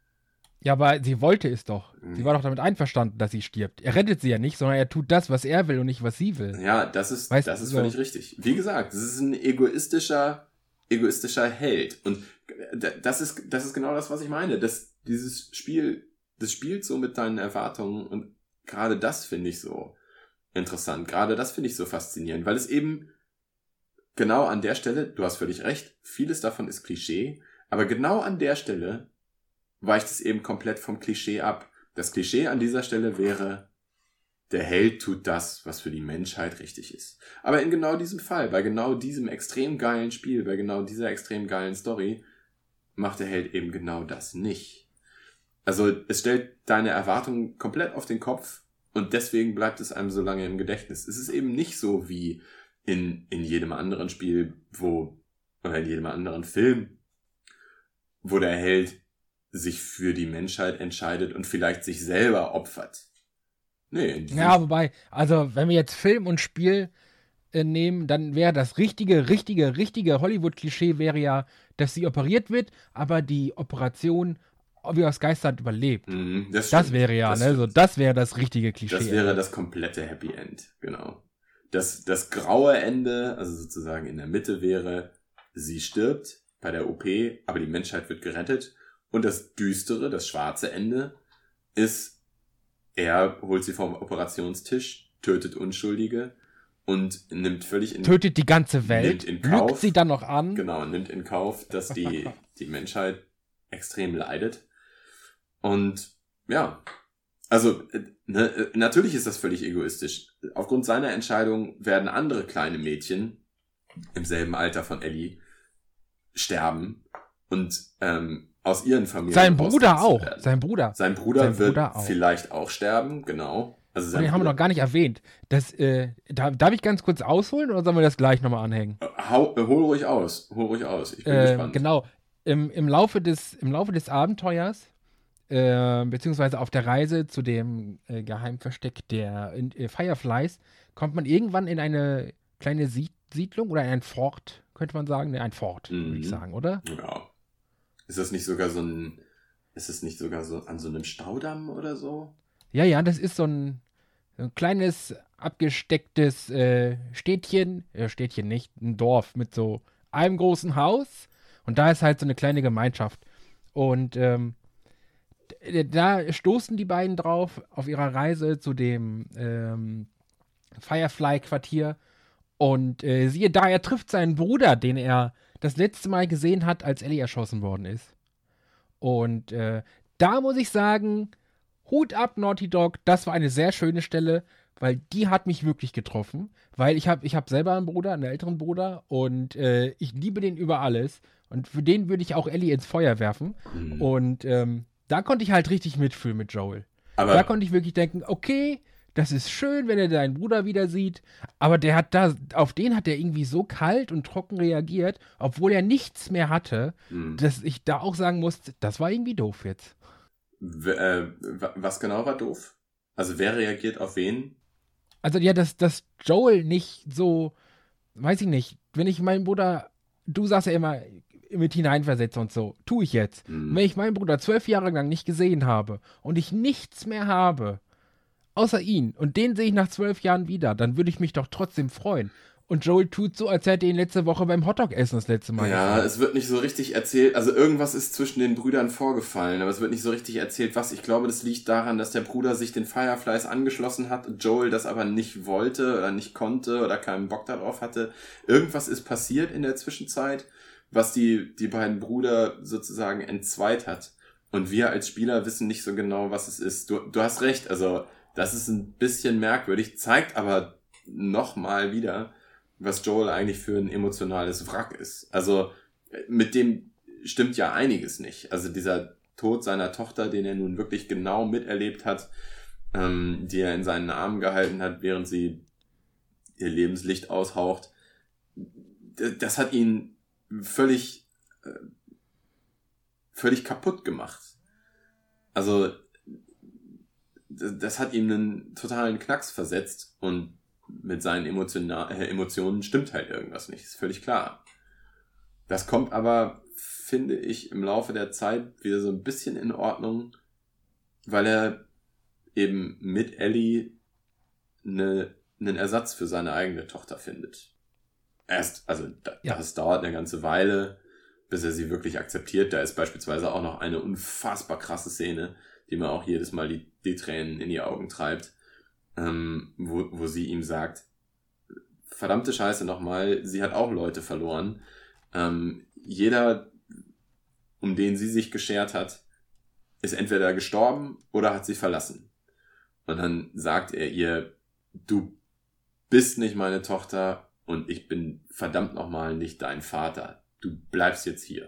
Ja, aber sie wollte es doch. Mhm. Sie war doch damit einverstanden, dass sie stirbt. Er rettet sie ja nicht, sondern er tut das, was er will und nicht, was sie will. Ja, das ist, weißt, das ist so völlig richtig. Wie gesagt, das ist ein egoistischer, egoistischer Held. Und das ist, das ist genau das, was ich meine. Das, dieses Spiel, das spielt so mit deinen Erwartungen und gerade das finde ich so interessant. Gerade das finde ich so faszinierend, weil es eben genau an der Stelle, du hast völlig recht, vieles davon ist Klischee, aber genau an der Stelle weicht es eben komplett vom Klischee ab. Das Klischee an dieser Stelle wäre, der Held tut das, was für die Menschheit richtig ist. Aber in genau diesem Fall, bei genau diesem extrem geilen Spiel, bei genau dieser extrem geilen Story, macht der Held eben genau das nicht. Also es stellt deine Erwartungen komplett auf den Kopf und deswegen bleibt es einem so lange im Gedächtnis. Es ist eben nicht so wie in, in jedem anderen Spiel, wo, oder in jedem anderen Film, wo der Held sich für die Menschheit entscheidet und vielleicht sich selber opfert. Nee. Ja, wobei, also wenn wir jetzt Film und Spiel äh, nehmen, dann wäre das richtige, richtige, richtige Hollywood-Klischee wäre ja, dass sie operiert wird, aber die Operation wie aus Geistern überlebt. Mm, das, das wäre ja, das, ne, so, das wäre das richtige Klischee. Das wäre das komplette Happy End, genau. Das, das graue Ende, also sozusagen in der Mitte wäre, sie stirbt bei der O P, aber die Menschheit wird gerettet. Und das düstere, das schwarze Ende ist, er holt sie vom Operationstisch, tötet Unschuldige und nimmt völlig in Tötet die ganze Welt, nimmt in Kauf, lügt sie dann noch an. Genau, nimmt in Kauf, dass die, die Menschheit extrem leidet. Und ja, also ne, natürlich ist das völlig egoistisch. Aufgrund seiner Entscheidung werden andere kleine Mädchen im selben Alter von Ellie sterben und ähm, aus ihren Familien. Sein Bruder auch. Werden. Sein Bruder. Sein Bruder sein wird Bruder auch. vielleicht auch sterben, genau. Also sein den Bruder. Haben wir noch gar nicht erwähnt. Das, äh, da, darf ich ganz kurz ausholen oder sollen wir das gleich nochmal anhängen? Hau, hol ruhig aus. Hol ruhig aus. Ich bin äh, gespannt. Genau. Im, im, Laufe des, Im Laufe des Abenteuers, äh, beziehungsweise auf der Reise zu dem äh, Geheimversteck der äh, Fireflies, kommt man irgendwann in eine kleine Siedlung oder in ein Fort, könnte man sagen. Ne, ein Fort, mhm. würde ich sagen, oder? Ja. Ist das nicht sogar so ein, ist es nicht sogar so an so einem Staudamm oder so? Ja, ja, das ist so ein, so ein kleines, abgestecktes äh, Städtchen, äh, Städtchen nicht, ein Dorf mit so einem großen Haus und da ist halt so eine kleine Gemeinschaft. Und ähm, da stoßen die beiden drauf auf ihrer Reise zu dem ähm, Firefly-Quartier und äh, siehe da, er trifft seinen Bruder, den er das letzte Mal gesehen hat, als Ellie erschossen worden ist. Und äh, da muss ich sagen, Hut ab, Naughty Dog, das war eine sehr schöne Stelle, weil die hat mich wirklich getroffen, weil ich habe ich hab selber einen Bruder, einen älteren Bruder und äh, ich liebe den über alles und für den würde ich auch Ellie ins Feuer werfen. Mhm. Und ähm, da konnte ich halt richtig mitfühlen mit Joel. Aber da konnte ich wirklich denken, okay, das ist schön, wenn er deinen Bruder wieder sieht, aber der hat da, auf den hat er irgendwie so kalt und trocken reagiert, obwohl er nichts mehr hatte, mh, dass ich da auch sagen musste, das war irgendwie doof jetzt. w- äh, w- was genau war doof? Also wer reagiert auf wen? Also ja, dass, dass Joel nicht so, weiß ich nicht, wenn ich meinen Bruder, du sagst ja immer, mit hineinversetze und so, tue ich jetzt. Und Mh, wenn ich meinen Bruder zwölf Jahre lang nicht gesehen habe und ich nichts mehr habe, außer ihn, und den sehe ich nach zwölf Jahren wieder, dann würde ich mich doch trotzdem freuen. Und Joel tut so, als hätte er ihn letzte Woche beim Hotdog-Essen das letzte Mal Ja, gesehen. es wird nicht so richtig erzählt, also irgendwas ist zwischen den Brüdern vorgefallen, aber es wird nicht so richtig erzählt, was. Ich glaube, das liegt daran, dass der Bruder sich den Fireflies angeschlossen hat und Joel das aber nicht wollte oder nicht konnte oder keinen Bock darauf hatte. Irgendwas ist passiert in der Zwischenzeit, was die, die beiden Brüder sozusagen entzweit hat. Und wir als Spieler wissen nicht so genau, was es ist. Du, du hast recht, also das ist ein bisschen merkwürdig, zeigt aber nochmal wieder, was Joel eigentlich für ein emotionales Wrack ist. Also mit dem stimmt ja einiges nicht. Also dieser Tod seiner Tochter, den er nun wirklich genau miterlebt hat, ähm, die er in seinen Armen gehalten hat, während sie ihr Lebenslicht aushaucht, d- das hat ihn völlig, äh, völlig kaputt gemacht. Also d- das hat ihm einen totalen Knacks versetzt und mit seinen Emotiona- äh, Emotionen stimmt halt irgendwas nicht, ist völlig klar. Das kommt aber, finde ich, im Laufe der Zeit wieder so ein bisschen in Ordnung, weil er eben mit Ellie eine, einen Ersatz für seine eigene Tochter findet. Erst, also da, Ja. das dauert eine ganze Weile, bis er sie wirklich akzeptiert. Da ist beispielsweise auch noch eine unfassbar krasse Szene, die mir auch jedes Mal die, die Tränen in die Augen treibt, ähm, wo, wo sie ihm sagt, verdammte Scheiße nochmal, sie hat auch Leute verloren. Ähm, jeder, um den sie sich geschert hat, ist entweder gestorben oder hat sie verlassen. Und dann sagt er ihr, du bist nicht meine Tochter und ich bin verdammt nochmal nicht dein Vater. Du bleibst jetzt hier.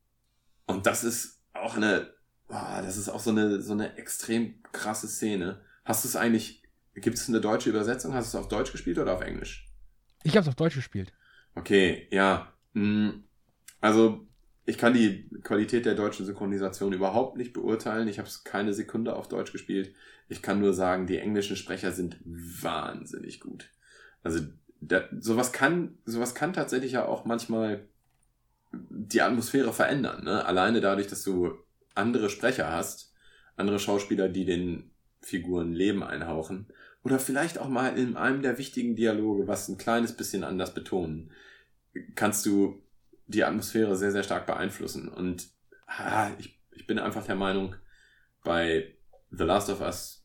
Und das ist auch eine, oh, das ist auch so eine, so eine extrem krasse Szene. Hast du es eigentlich, gibt es eine deutsche Übersetzung? Hast du es auf Deutsch gespielt oder auf Englisch? Ich habe es auf Deutsch gespielt. Okay, ja. Hm, Also, ich kann die Qualität der deutschen Synchronisation überhaupt nicht beurteilen. Ich habe es keine Sekunde auf Deutsch gespielt. Ich kann nur sagen, die englischen Sprecher sind wahnsinnig gut. Also, da, sowas kann, sowas kann tatsächlich ja auch manchmal die Atmosphäre verändern, ne? Alleine dadurch, dass du andere Sprecher hast, andere Schauspieler, die den Figuren Leben einhauchen. Oder vielleicht auch mal in einem der wichtigen Dialoge, was ein kleines bisschen anders betonen, kannst du die Atmosphäre sehr, sehr stark beeinflussen. Und ah, ich, ich bin einfach der Meinung, bei The Last of Us,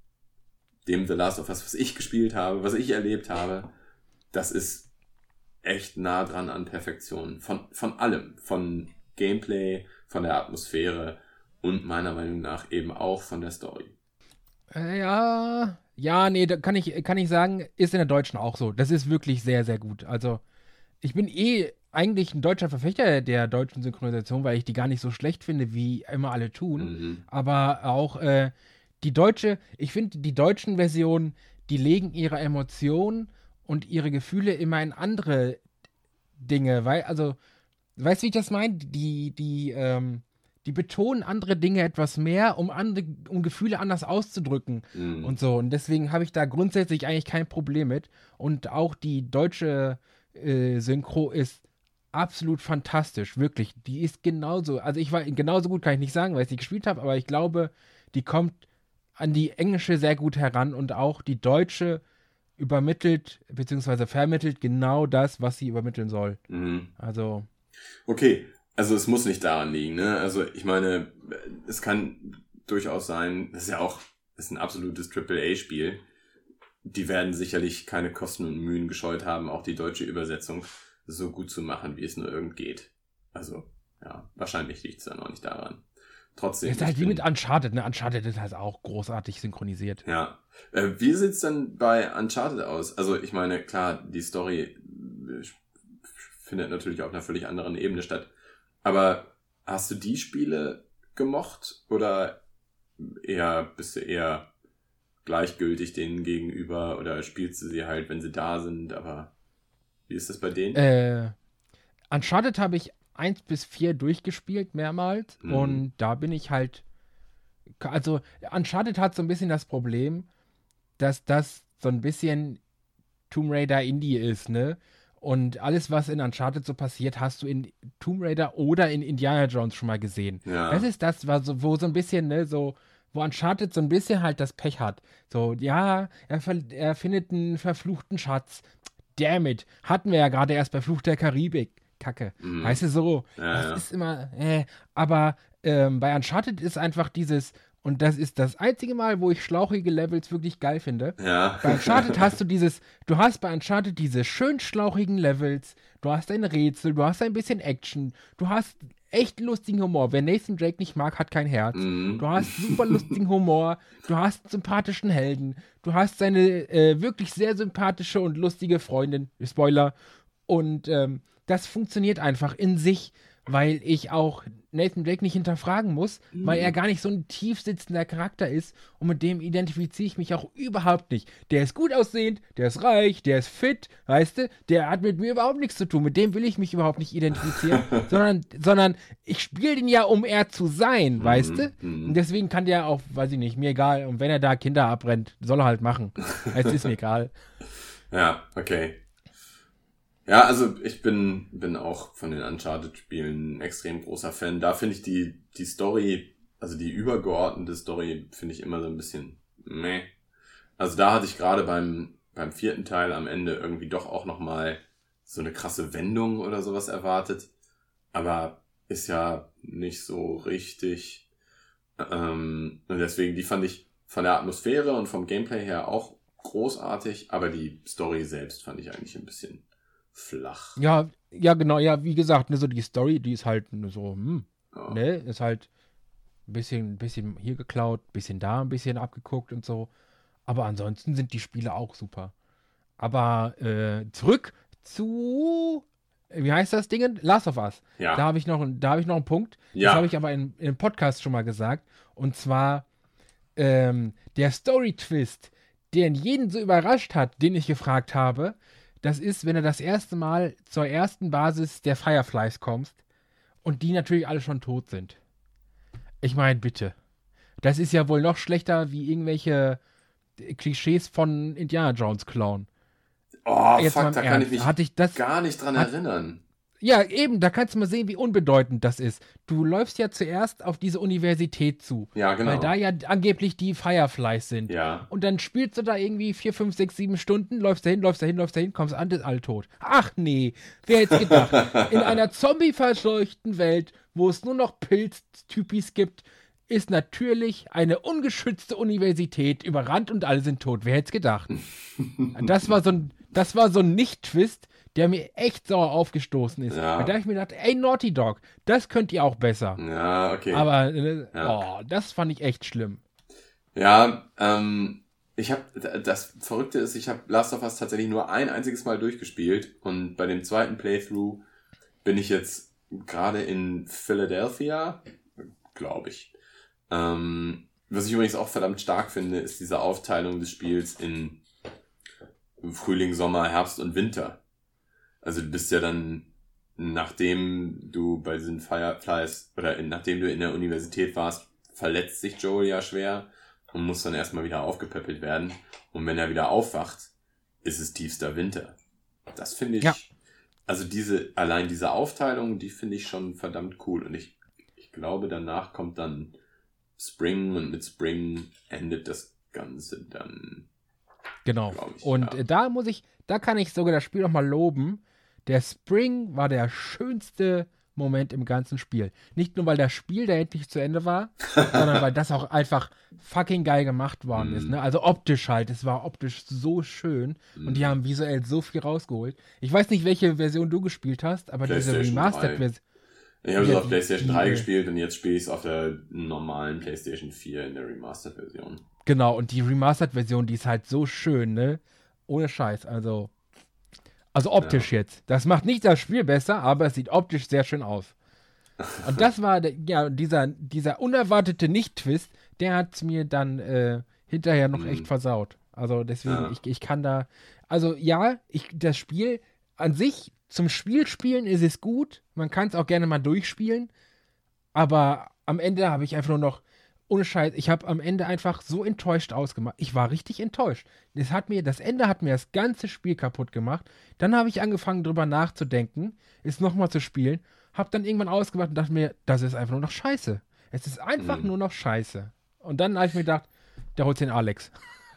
dem The Last of Us, was ich gespielt habe, was ich erlebt habe, das ist echt nah dran an Perfektion. Von, von allem. Von Gameplay, von der Atmosphäre und meiner Meinung nach eben auch von der Story. Äh, ja, ja, nee, da kann ich, kann ich sagen, ist in der Deutschen auch so. Das ist wirklich sehr, sehr gut. Also, ich bin eh eigentlich ein deutscher Verfechter der deutschen Synchronisation, weil ich die gar nicht so schlecht finde, wie immer alle tun. Mhm. Aber auch äh, die deutsche, ich finde, die deutschen Versionen, die legen ihre Emotionen und ihre Gefühle immer in andere Dinge, weil, also, weißt du, wie ich das meine? Die, die, ähm, die betonen andere Dinge etwas mehr, um andere, um Gefühle anders auszudrücken Mhm. und so. Und deswegen habe ich da grundsätzlich eigentlich kein Problem mit. Und auch die deutsche äh, Synchro ist absolut fantastisch, wirklich. Die ist genauso, also ich war genauso gut, kann ich nicht sagen, weil ich sie gespielt habe, aber ich glaube, die kommt an die englische sehr gut heran und auch die deutsche übermittelt bzw. vermittelt genau das, was sie übermitteln soll. Mhm. Also, Okay, also es muss nicht daran liegen, ne? Also ich meine, es kann durchaus sein, das ist ja auch, das ist ein absolutes Triple A Spiel. Die werden sicherlich keine Kosten und Mühen gescheut haben, auch die deutsche Übersetzung so gut zu machen, wie es nur irgend geht. Also, ja, wahrscheinlich liegt es dann auch nicht daran. Trotzdem. ist halt ich wie bin- mit Uncharted, ne? Uncharted ist halt auch großartig synchronisiert. Ja. Äh, wie sieht's denn bei Uncharted aus? Also ich meine, klar, die Story äh, findet natürlich auf einer völlig anderen Ebene statt. Aber hast du die Spiele gemocht? Oder eher bist du eher gleichgültig denen gegenüber oder spielst du sie halt, wenn sie da sind? Aber wie ist das bei denen? Äh, Uncharted habe ich eins bis vier durchgespielt, mehrmals. Mhm. Und da bin ich halt. Also, Uncharted hat so ein bisschen das Problem, dass das so ein bisschen Tomb Raider Indie ist, ne? Und alles, was in Uncharted so passiert, hast du in Tomb Raider oder in Indiana Jones schon mal gesehen. Ja. Das ist das, was so, wo so ein bisschen, ne, so, wo Uncharted so ein bisschen halt das Pech hat. So, ja, er, ver- er findet einen verfluchten Schatz. Damn it. Hatten wir ja gerade erst bei Fluch der Karibik. Kacke. Mhm. Weißt du so? Ja, das ja. ist immer, äh, aber ähm, bei Uncharted ist einfach dieses, und das ist das einzige Mal, wo ich schlauchige Levels wirklich geil finde. Ja. Bei Uncharted hast du dieses, du hast bei Uncharted diese schön schlauchigen Levels, du hast ein Rätsel, du hast ein bisschen Action, du hast echt lustigen Humor. Wer Nathan Drake nicht mag, hat kein Herz. Mhm. Du hast super lustigen Humor, du hast einen sympathischen Helden, du hast seine äh, wirklich sehr sympathische und lustige Freundin, Spoiler, und ähm, das funktioniert einfach in sich, weil ich auch Nathan Drake nicht hinterfragen muss, Mhm. weil er gar nicht so ein tief sitzender Charakter ist und mit dem identifiziere ich mich auch überhaupt nicht. Der ist gut aussehend, der ist reich, der ist fit, weißt du, der hat mit mir überhaupt nichts zu tun, mit dem will ich mich überhaupt nicht identifizieren, sondern, sondern ich spiele den ja, um er zu sein, weißt du? Mhm. Und deswegen kann der auch, weiß ich nicht, mir egal, und wenn er da Kinder abbrennt, soll er halt machen. Es ist mir egal. Ja, okay. Ja, also ich bin bin auch von den Uncharted-Spielen ein extrem großer Fan. Da finde ich die die Story, also die übergeordnete Story, finde ich immer so ein bisschen meh. Also da hatte ich gerade beim beim vierten Teil am Ende irgendwie doch auch nochmal so eine krasse Wendung oder sowas erwartet. Aber ist ja nicht so richtig. Ähm, und deswegen, die fand ich von der Atmosphäre und vom Gameplay her auch großartig, aber die Story selbst fand ich eigentlich ein bisschen flach. Ja, ja, genau, ja, wie gesagt, ne, so die Story, die ist halt ne, so, hm, Ja. ne, ist halt ein bisschen, ein bisschen hier geklaut, ein bisschen da, ein bisschen abgeguckt und so. Aber ansonsten sind die Spiele auch super. Aber äh, zurück zu, wie heißt das Ding? Last of Us. Ja. Da habe ich noch, einen- da habe ich noch einen Punkt. Ja. Das habe ich aber in, in einem Podcast schon mal gesagt. Und zwar ähm, der Story-Twist, der jeden so überrascht hat, den ich gefragt habe. Das ist, wenn du das erste Mal zur ersten Basis der Fireflies kommst und die natürlich alle schon tot sind. Ich meine, bitte. Das ist ja wohl noch schlechter wie irgendwelche Klischees von Indiana Jones klauen. Oh, Jetzt mal fuck, im da kann Ernst. ich mich Hatte ich das, gar nicht dran hat- erinnern. Ja, eben, da kannst du mal sehen, wie unbedeutend das ist. Du läufst ja zuerst auf diese Universität zu, Ja, genau. weil da ja angeblich die Fireflies sind. Ja. Und dann spielst du da irgendwie vier, fünf, sechs, sieben Stunden, läufst dahin, läufst dahin, läufst dahin, kommst an, ist alle tot. Ach nee, wer hätte gedacht? In einer zombie-verseuchten Welt, wo es nur noch Pilztypis gibt, ist natürlich eine ungeschützte Universität überrannt und alle sind tot. Wer hätte es gedacht? Das war so ein, das war so ein Nicht-Twist, der mir echt sauer aufgestoßen ist. Ja. Da habe ich mir gedacht, ey Naughty Dog, das könnt ihr auch besser. Ja, okay. Aber äh, Ja. oh, das fand ich echt schlimm. Ja, ähm, ich habe das Verrückte ist, ich habe Last of Us tatsächlich nur ein einziges Mal durchgespielt und bei dem zweiten Playthrough bin ich jetzt gerade in Philadelphia, glaube ich. Ähm, was ich übrigens auch verdammt stark finde, ist diese Aufteilung des Spiels in Frühling, Sommer, Herbst und Winter. Also du bist ja dann, nachdem du bei diesen Fireflies oder in, nachdem du in der Universität warst, verletzt sich Joel ja schwer und muss dann erstmal wieder aufgepäppelt werden. Und wenn er wieder aufwacht, ist es tiefster Winter. Das finde ich, Ja. also diese, allein diese Aufteilung, die finde ich schon verdammt cool. Und ich, ich glaube, danach kommt dann Spring und mit Spring endet das Ganze dann. Genau. Glaub ich, Und ja. äh, da muss ich, da kann ich sogar das Spiel noch mal loben. Der Spring war der schönste Moment im ganzen Spiel. Nicht nur, weil das Spiel da endlich zu Ende war, sondern weil das auch einfach fucking geil gemacht worden Mhm. ist. Ne? Also optisch halt. Es war optisch so schön und die haben visuell so viel rausgeholt. Ich weiß nicht, welche Version du gespielt hast, aber diese PlayStation Remastered-Version. Ich habe es Ja, auf die- PlayStation die, drei äh, gespielt und jetzt spiele ich es auf der normalen PlayStation vier in der Remastered-Version. Genau, und die Remastered-Version, die ist halt so schön, ne? Ohne Scheiß, also. Also optisch jetzt. Das macht nicht das Spiel besser, aber es sieht optisch sehr schön aus. Und das war, der, ja, dieser, dieser unerwartete Nicht-Twist, der hat mir dann äh, hinterher noch Mhm. echt versaut. Also deswegen, Ja. ich, ich kann da, also ja, ich, das Spiel an sich, zum Spiel spielen ist es gut, man kann es auch gerne mal durchspielen, aber am Ende habe ich einfach nur noch, ohne Scheiß, ich habe am Ende einfach so enttäuscht ausgemacht. Ich war richtig enttäuscht. Das hat mir, das Ende hat mir das ganze Spiel kaputt gemacht. Dann habe ich angefangen, drüber nachzudenken, es nochmal zu spielen, habe dann irgendwann ausgemacht und dachte mir, das ist einfach nur noch Scheiße. Es ist einfach Mhm. nur noch Scheiße. Und dann habe ich mir gedacht, der holt den Alex.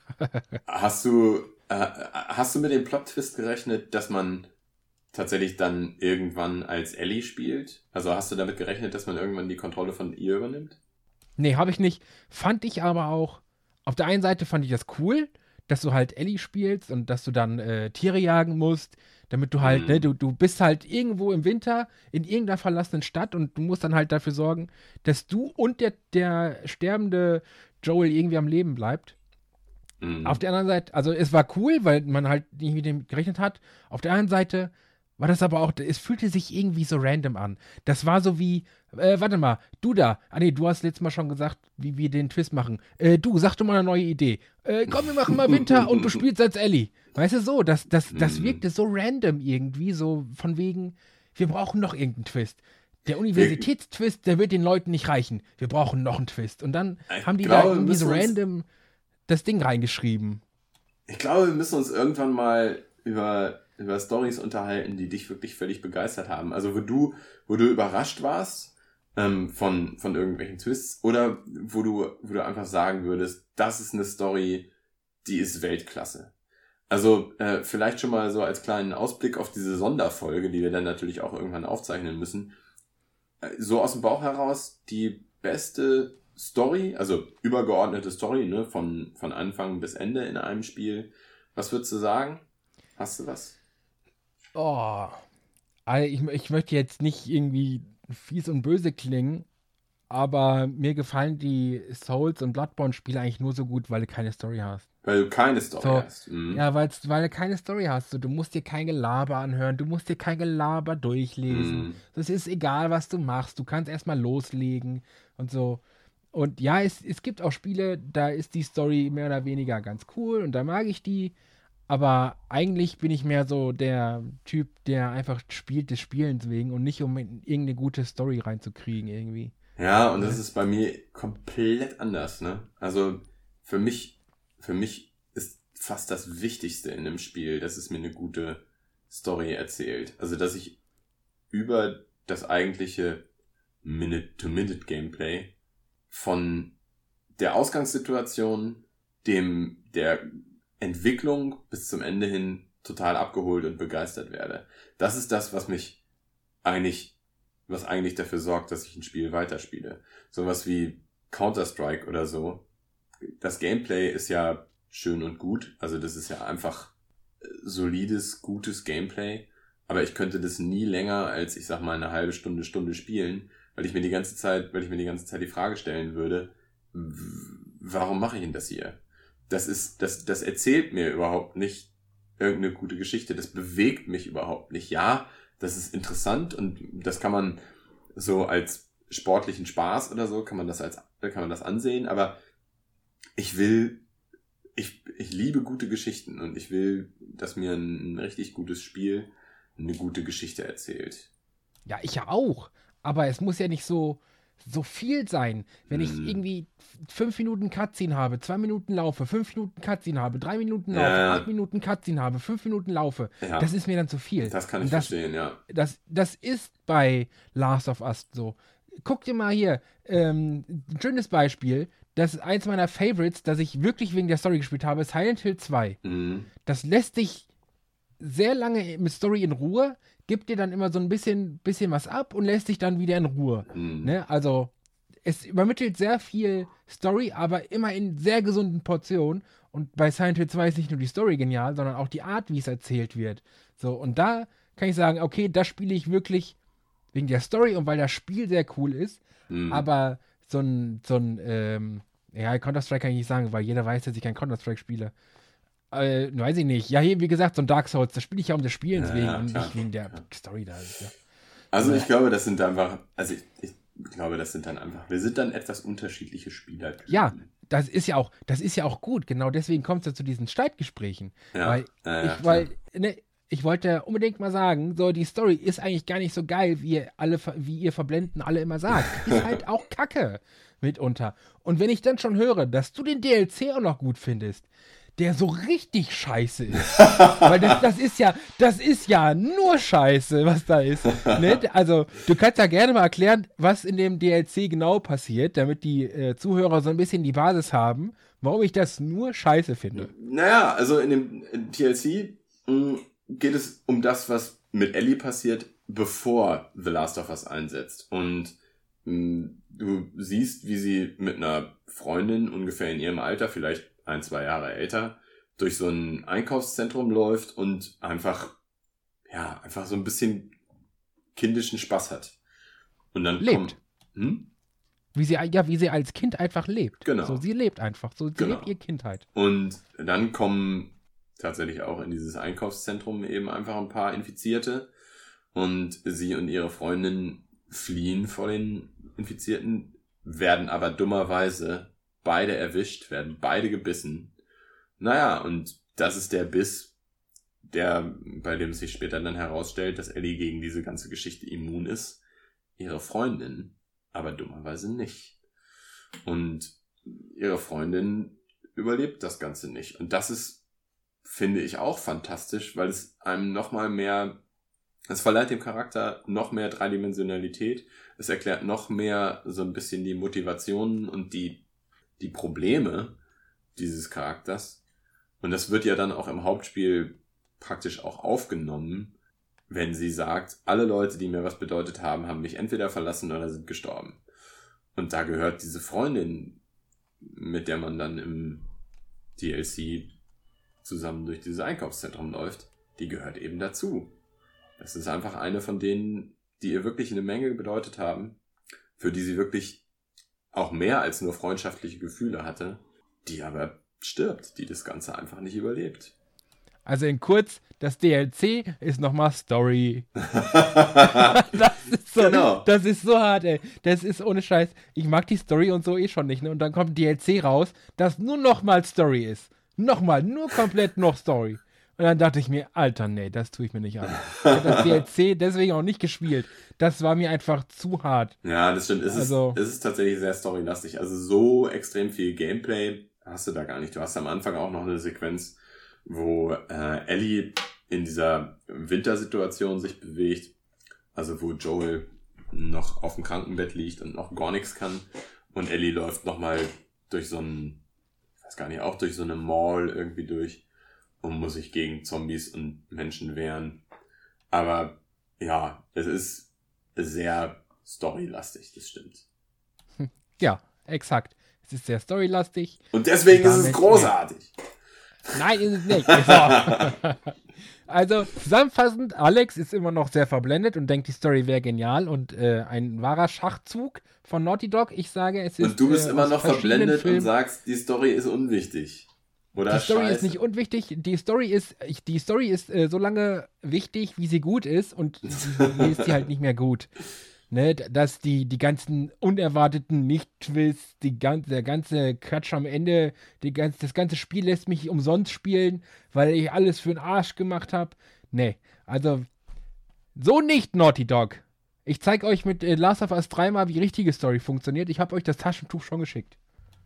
Hast du, äh, hast du mit dem Plot-Twist gerechnet, dass man tatsächlich dann irgendwann als Ellie spielt? Also hast du damit gerechnet, dass man irgendwann die Kontrolle von ihr übernimmt? Nee, habe ich nicht. Fand ich aber auch, auf der einen Seite fand ich das cool, dass du halt Ellie spielst und dass du dann äh, Tiere jagen musst, damit du halt, Mhm. ne, du, du bist halt irgendwo im Winter in irgendeiner verlassenen Stadt und du musst dann halt dafür sorgen, dass du und der, der sterbende Joel irgendwie am Leben bleibt. Mhm. Auf der anderen Seite, also es war cool, weil man halt nicht mit dem gerechnet hat. Auf der anderen Seite war das aber auch, es fühlte sich irgendwie so random an. Das war so wie, äh, warte mal, du da, ah nee, du hast letztes Mal schon gesagt, wie wir den Twist machen. Äh, du, sag doch mal eine neue Idee. Äh, komm, wir machen mal Winter und du spielst als Ellie. Weißt du so, das, das, das Mhm. wirkte so random irgendwie, so von wegen, wir brauchen noch irgendeinen Twist. Der Universitätstwist, der wird den Leuten nicht reichen. Wir brauchen noch einen Twist. Und dann Ich haben die glaube, da wir irgendwie so müssen uns- random das Ding reingeschrieben. Ich glaube, wir müssen uns irgendwann mal über, über Storys unterhalten, die dich wirklich völlig begeistert haben. Also wo du, wo du überrascht warst ähm, von, von irgendwelchen Twists oder wo du, wo du einfach sagen würdest, das ist eine Story, die ist Weltklasse. Also äh, vielleicht schon mal so als kleinen Ausblick auf diese Sonderfolge, die wir dann natürlich auch irgendwann aufzeichnen müssen. Äh, so aus dem Bauch heraus die beste Story, also übergeordnete Story, ne, von, von Anfang bis Ende in einem Spiel. Was würdest du sagen? Hast du was? Oh. Also ich, ich möchte jetzt nicht irgendwie fies und böse klingen, aber mir gefallen die Souls- und Bloodborne-Spiele eigentlich nur so gut, weil du keine Story hast. Weil du keine Story So, hast. Mhm. Ja, weil's, weil du keine Story hast. So, du musst dir kein Gelaber anhören, du musst dir kein Gelaber durchlesen. Mhm. Das ist egal, was du machst. Du kannst erstmal loslegen und so. Und ja, es, es gibt auch Spiele, da ist die Story mehr oder weniger ganz cool und da mag ich die. Aber eigentlich bin ich mehr so der Typ, der einfach spielt des Spielens wegen und nicht um in irgendeine gute Story reinzukriegen irgendwie. Ja, und das ist bei mir komplett anders, ne? Also für mich, für mich ist fast das Wichtigste in einem Spiel, dass es mir eine gute Story erzählt. Also dass ich über das eigentliche Minute-to-Minute-Gameplay von der Ausgangssituation, dem der Entwicklung bis zum Ende hin total abgeholt und begeistert werde. Das ist das, was mich eigentlich, was eigentlich dafür sorgt, dass ich ein Spiel weiterspiele. Sowas wie Counter-Strike oder so. Das Gameplay ist ja schön und gut. Also das ist ja einfach solides, gutes Gameplay. Aber ich könnte das nie länger als, ich sag mal, eine halbe Stunde, Stunde spielen, weil ich mir die ganze Zeit, weil ich mir die ganze Zeit die Frage stellen würde, warum mache ich denn das hier? Das ist, das, das erzählt mir überhaupt nicht irgendeine gute Geschichte. Das bewegt mich überhaupt nicht. Ja, das ist interessant und das kann man so als sportlichen Spaß oder so, kann man das als, kann man das ansehen, aber ich will, ich, ich liebe gute Geschichten und ich will, dass mir ein, ein richtig gutes Spiel eine gute Geschichte erzählt. Ja, ich ja auch. Aber es muss ja nicht so, so viel sein. Wenn ich Hm. irgendwie fünf Minuten Cutscene habe, zwei Minuten laufe, fünf Minuten Cutscene habe, drei Minuten laufe, Ja. acht Minuten Cutscene habe, fünf Minuten laufe, Ja, das ist mir dann zu viel. das kann ich Und das, verstehen, ja. das, das ist bei Last of Us so. Guck dir mal hier, ähm, ein schönes Beispiel, das ist eins meiner Favorites, das ich wirklich wegen der Story gespielt habe, Silent Hill zwei. Mhm. Das lässt dich sehr lange mit Story in Ruhe, gibt dir dann immer so ein bisschen, bisschen was ab und lässt dich dann wieder in Ruhe. Mhm. Ne? Also, es übermittelt sehr viel Story, aber immer in sehr gesunden Portionen. Und bei Silent Hill zwei ist nicht nur die Story genial, sondern auch die Art, wie es erzählt wird. So, und da kann ich sagen, okay, das spiele ich wirklich wegen der Story und weil das Spiel sehr cool ist. Mhm. Aber so ein, so ein, ähm, ja, Counter-Strike kann ich nicht sagen, weil jeder weiß, dass ich kein Counter-Strike spiele. Äh, weiß ich nicht. Ja, hier, wie gesagt, so ein Dark Souls, das spiele ich ja um des Spielens Ja, wegen ja, und klar. nicht wegen der Ja. Story da. Ja. Also ich glaube, das sind einfach, also ich, ich glaube, das sind dann einfach, wir sind dann etwas unterschiedliche Spieler. Ja, das ist ja auch, das ist ja auch gut. Genau deswegen kommt es ja zu diesen Streitgesprächen. Ja, weil ja, ja, ich, weil, ne, ich wollte unbedingt mal sagen, so die Story ist eigentlich gar nicht so geil, wie ihr alle, wie ihr Verblenden alle immer sagt. Die ist halt auch Kacke mitunter. Und wenn ich dann schon höre, dass du den D L C auch noch gut findest, der so richtig scheiße ist. Weil das, das ist ja, das ist ja nur Scheiße, was da ist. Ne? Also, du kannst ja gerne mal erklären, was in dem D L C genau passiert, damit die äh, Zuhörer so ein bisschen die Basis haben, warum ich das nur Scheiße finde. Naja, also in dem D L C mh, geht es um das, was mit Ellie passiert, bevor The Last of Us einsetzt. Und mh, du siehst, wie sie mit einer Freundin ungefähr in ihrem Alter, vielleicht ein, zwei Jahre älter, durch so ein Einkaufszentrum läuft und einfach, ja, einfach so ein bisschen kindischen Spaß hat. Und dann lebt. Kommt, hm? Wie sie, ja, wie sie als Kind einfach lebt. Genau. So, sie lebt einfach. So, sie Genau. lebt ihr Kindheit. Und dann kommen tatsächlich auch in dieses Einkaufszentrum eben einfach ein paar Infizierte und sie und ihre Freundin fliehen vor den Infizierten, werden aber dummerweise beide erwischt, werden beide gebissen. Naja, und das ist der Biss, der, bei dem es sich später dann herausstellt, dass Ellie gegen diese ganze Geschichte immun ist. Ihre Freundin aber dummerweise nicht. Und ihre Freundin überlebt das Ganze nicht. Und das ist, finde ich, auch fantastisch, weil es einem nochmal mehr, es verleiht dem Charakter noch mehr Dreidimensionalität. Es erklärt noch mehr so ein bisschen die Motivationen und die die Probleme dieses Charakters. Und das wird ja dann auch im Hauptspiel praktisch auch aufgenommen, wenn sie sagt, alle Leute, die mir was bedeutet haben, haben mich entweder verlassen oder sind gestorben. Und da gehört diese Freundin, mit der man dann im D L C zusammen durch dieses Einkaufszentrum läuft, die gehört eben dazu. Das ist einfach eine von denen, die ihr wirklich eine Menge bedeutet haben, für die sie wirklich auch mehr als nur freundschaftliche Gefühle hatte, die aber stirbt, die das Ganze einfach nicht überlebt. Also in kurz, das D L C ist nochmal Story. das, ist so, genau. das ist so hart, ey. Das ist ohne Scheiß. Ich mag die Story und so eh schon nicht, ne? Und dann kommt D L C raus, das nur nochmal Story ist. Nochmal, nur komplett noch Story. Und dann dachte ich mir, Alter, nee, das tue ich mir nicht an. Ich habe das D L C deswegen auch nicht gespielt. Das war mir einfach zu hart. Ja, das stimmt. Es, also, ist, es ist tatsächlich sehr storylastig. Also so extrem viel Gameplay hast du da gar nicht. Du hast am Anfang auch noch eine Sequenz, wo äh, Ellie in dieser Wintersituation sich bewegt. Also wo Joel noch auf dem Krankenbett liegt und noch gar nichts kann. Und Ellie läuft nochmal durch so ein, ich weiß gar nicht, auch durch so eine Mall irgendwie durch. Und muss sich gegen Zombies und Menschen wehren. Aber ja, es ist sehr storylastig, das stimmt. Ja, exakt. Es ist sehr storylastig. Und deswegen ist es großartig. Nein, ist es nicht. So. Also, zusammenfassend, Alex ist immer noch sehr verblendet und denkt, die Story wäre genial und äh, ein wahrer Schachzug von Naughty Dog. Ich sage, es ist... Und du bist äh, immer noch verblendet Filmen. und sagst, die Story ist unwichtig. Oder die Story Scheiße. ist nicht unwichtig. Die Story ist, die Story ist äh, so lange wichtig, wie sie gut ist, und hier ist sie halt nicht mehr gut. Ne, dass die, die ganzen unerwarteten Nicht-Twists, die ganze, der ganze Quatsch am Ende, die ganz, das ganze Spiel lässt mich umsonst spielen, weil ich alles für den Arsch gemacht habe. Nee, also so nicht, Naughty Dog. Ich zeig euch mit äh, Last of Us drei mal, wie richtige Story funktioniert. Ich habe euch das Taschentuch schon geschickt.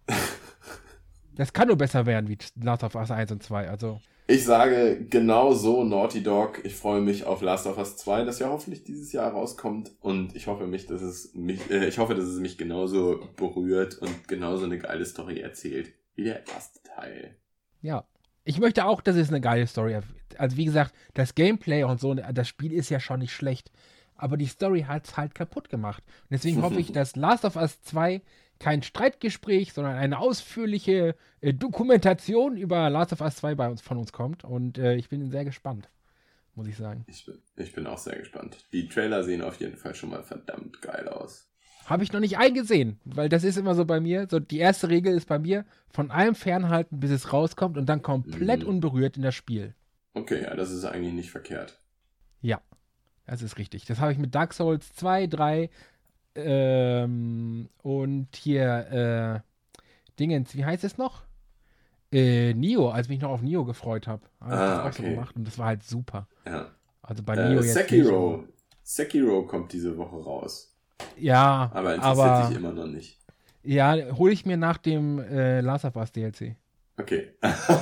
Das kann nur besser werden wie Last of Us eins und zwei, also. Ich sage genau so, Naughty Dog. Ich freue mich auf Last of Us zwei, das ja hoffentlich dieses Jahr rauskommt. Und ich hoffe mich, dass es mich, äh, ich hoffe, dass es mich genauso berührt und genauso eine geile Story erzählt wie der erste Teil. Ja. Ich möchte auch, dass es eine geile Story hat. Also wie gesagt, das Gameplay und so, das Spiel ist ja schon nicht schlecht. Aber die Story hat es halt kaputt gemacht. Und deswegen hoffe ich, dass Last of Us zwei kein Streitgespräch, sondern eine ausführliche äh, Dokumentation über Last of Us zwei bei uns, von uns kommt. Und äh, ich bin sehr gespannt, muss ich sagen. Ich bin, ich bin auch sehr gespannt. Die Trailer sehen auf jeden Fall schon mal verdammt geil aus. Habe ich noch nicht eingesehen, weil das ist immer so bei mir. So, die erste Regel ist bei mir, von allem fernhalten, bis es rauskommt und dann komplett mhm. unberührt in das Spiel. Okay, ja, das ist eigentlich nicht verkehrt. Ja. Das ist richtig. Das habe ich mit Dark Souls zwei, drei ähm, und hier äh, Dingens, wie heißt es noch? Äh, Nioh, als ich mich noch auf Nioh gefreut habe. Habe ich Ah, das auch okay. so gemacht und das war halt super. Ja. Also bei Äh, Nioh jetzt Sekiro. nicht. Sekiro kommt diese Woche raus. Ja, Aber interessiert aber dich immer noch nicht. ja, hole ich mir nach dem äh, Last of Us D L C. Okay.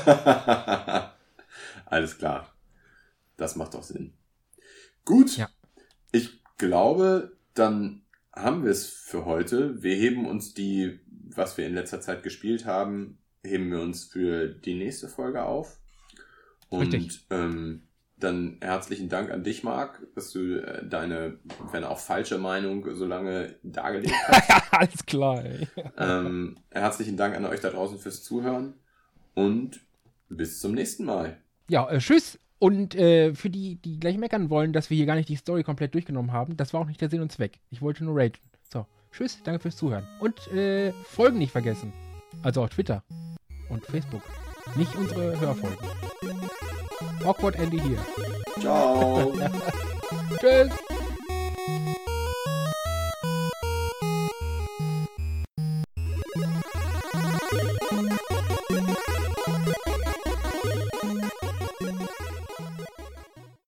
Alles klar. Das macht doch Sinn. Gut. Ja. Ich glaube, dann haben wir es für heute. Wir heben uns die, was wir in letzter Zeit gespielt haben, heben wir uns für die nächste Folge auf. Und Richtig. ähm, dann herzlichen Dank an dich, Marc, dass du äh, deine, wenn auch falsche Meinung so lange dargelegt hast. Alles klar, ey. ähm, herzlichen Dank an euch da draußen fürs Zuhören und bis zum nächsten Mal. Ja, äh, tschüss. Und äh, für die, die gleich meckern wollen, dass wir hier gar nicht die Story komplett durchgenommen haben, das war auch nicht der Sinn und Zweck. Ich wollte nur raten. So, tschüss, danke fürs Zuhören. Und äh, Folgen nicht vergessen. Also auf Twitter und Facebook. Nicht unsere Hörfolgen. Awkward Andy hier. Ciao. Tschüss.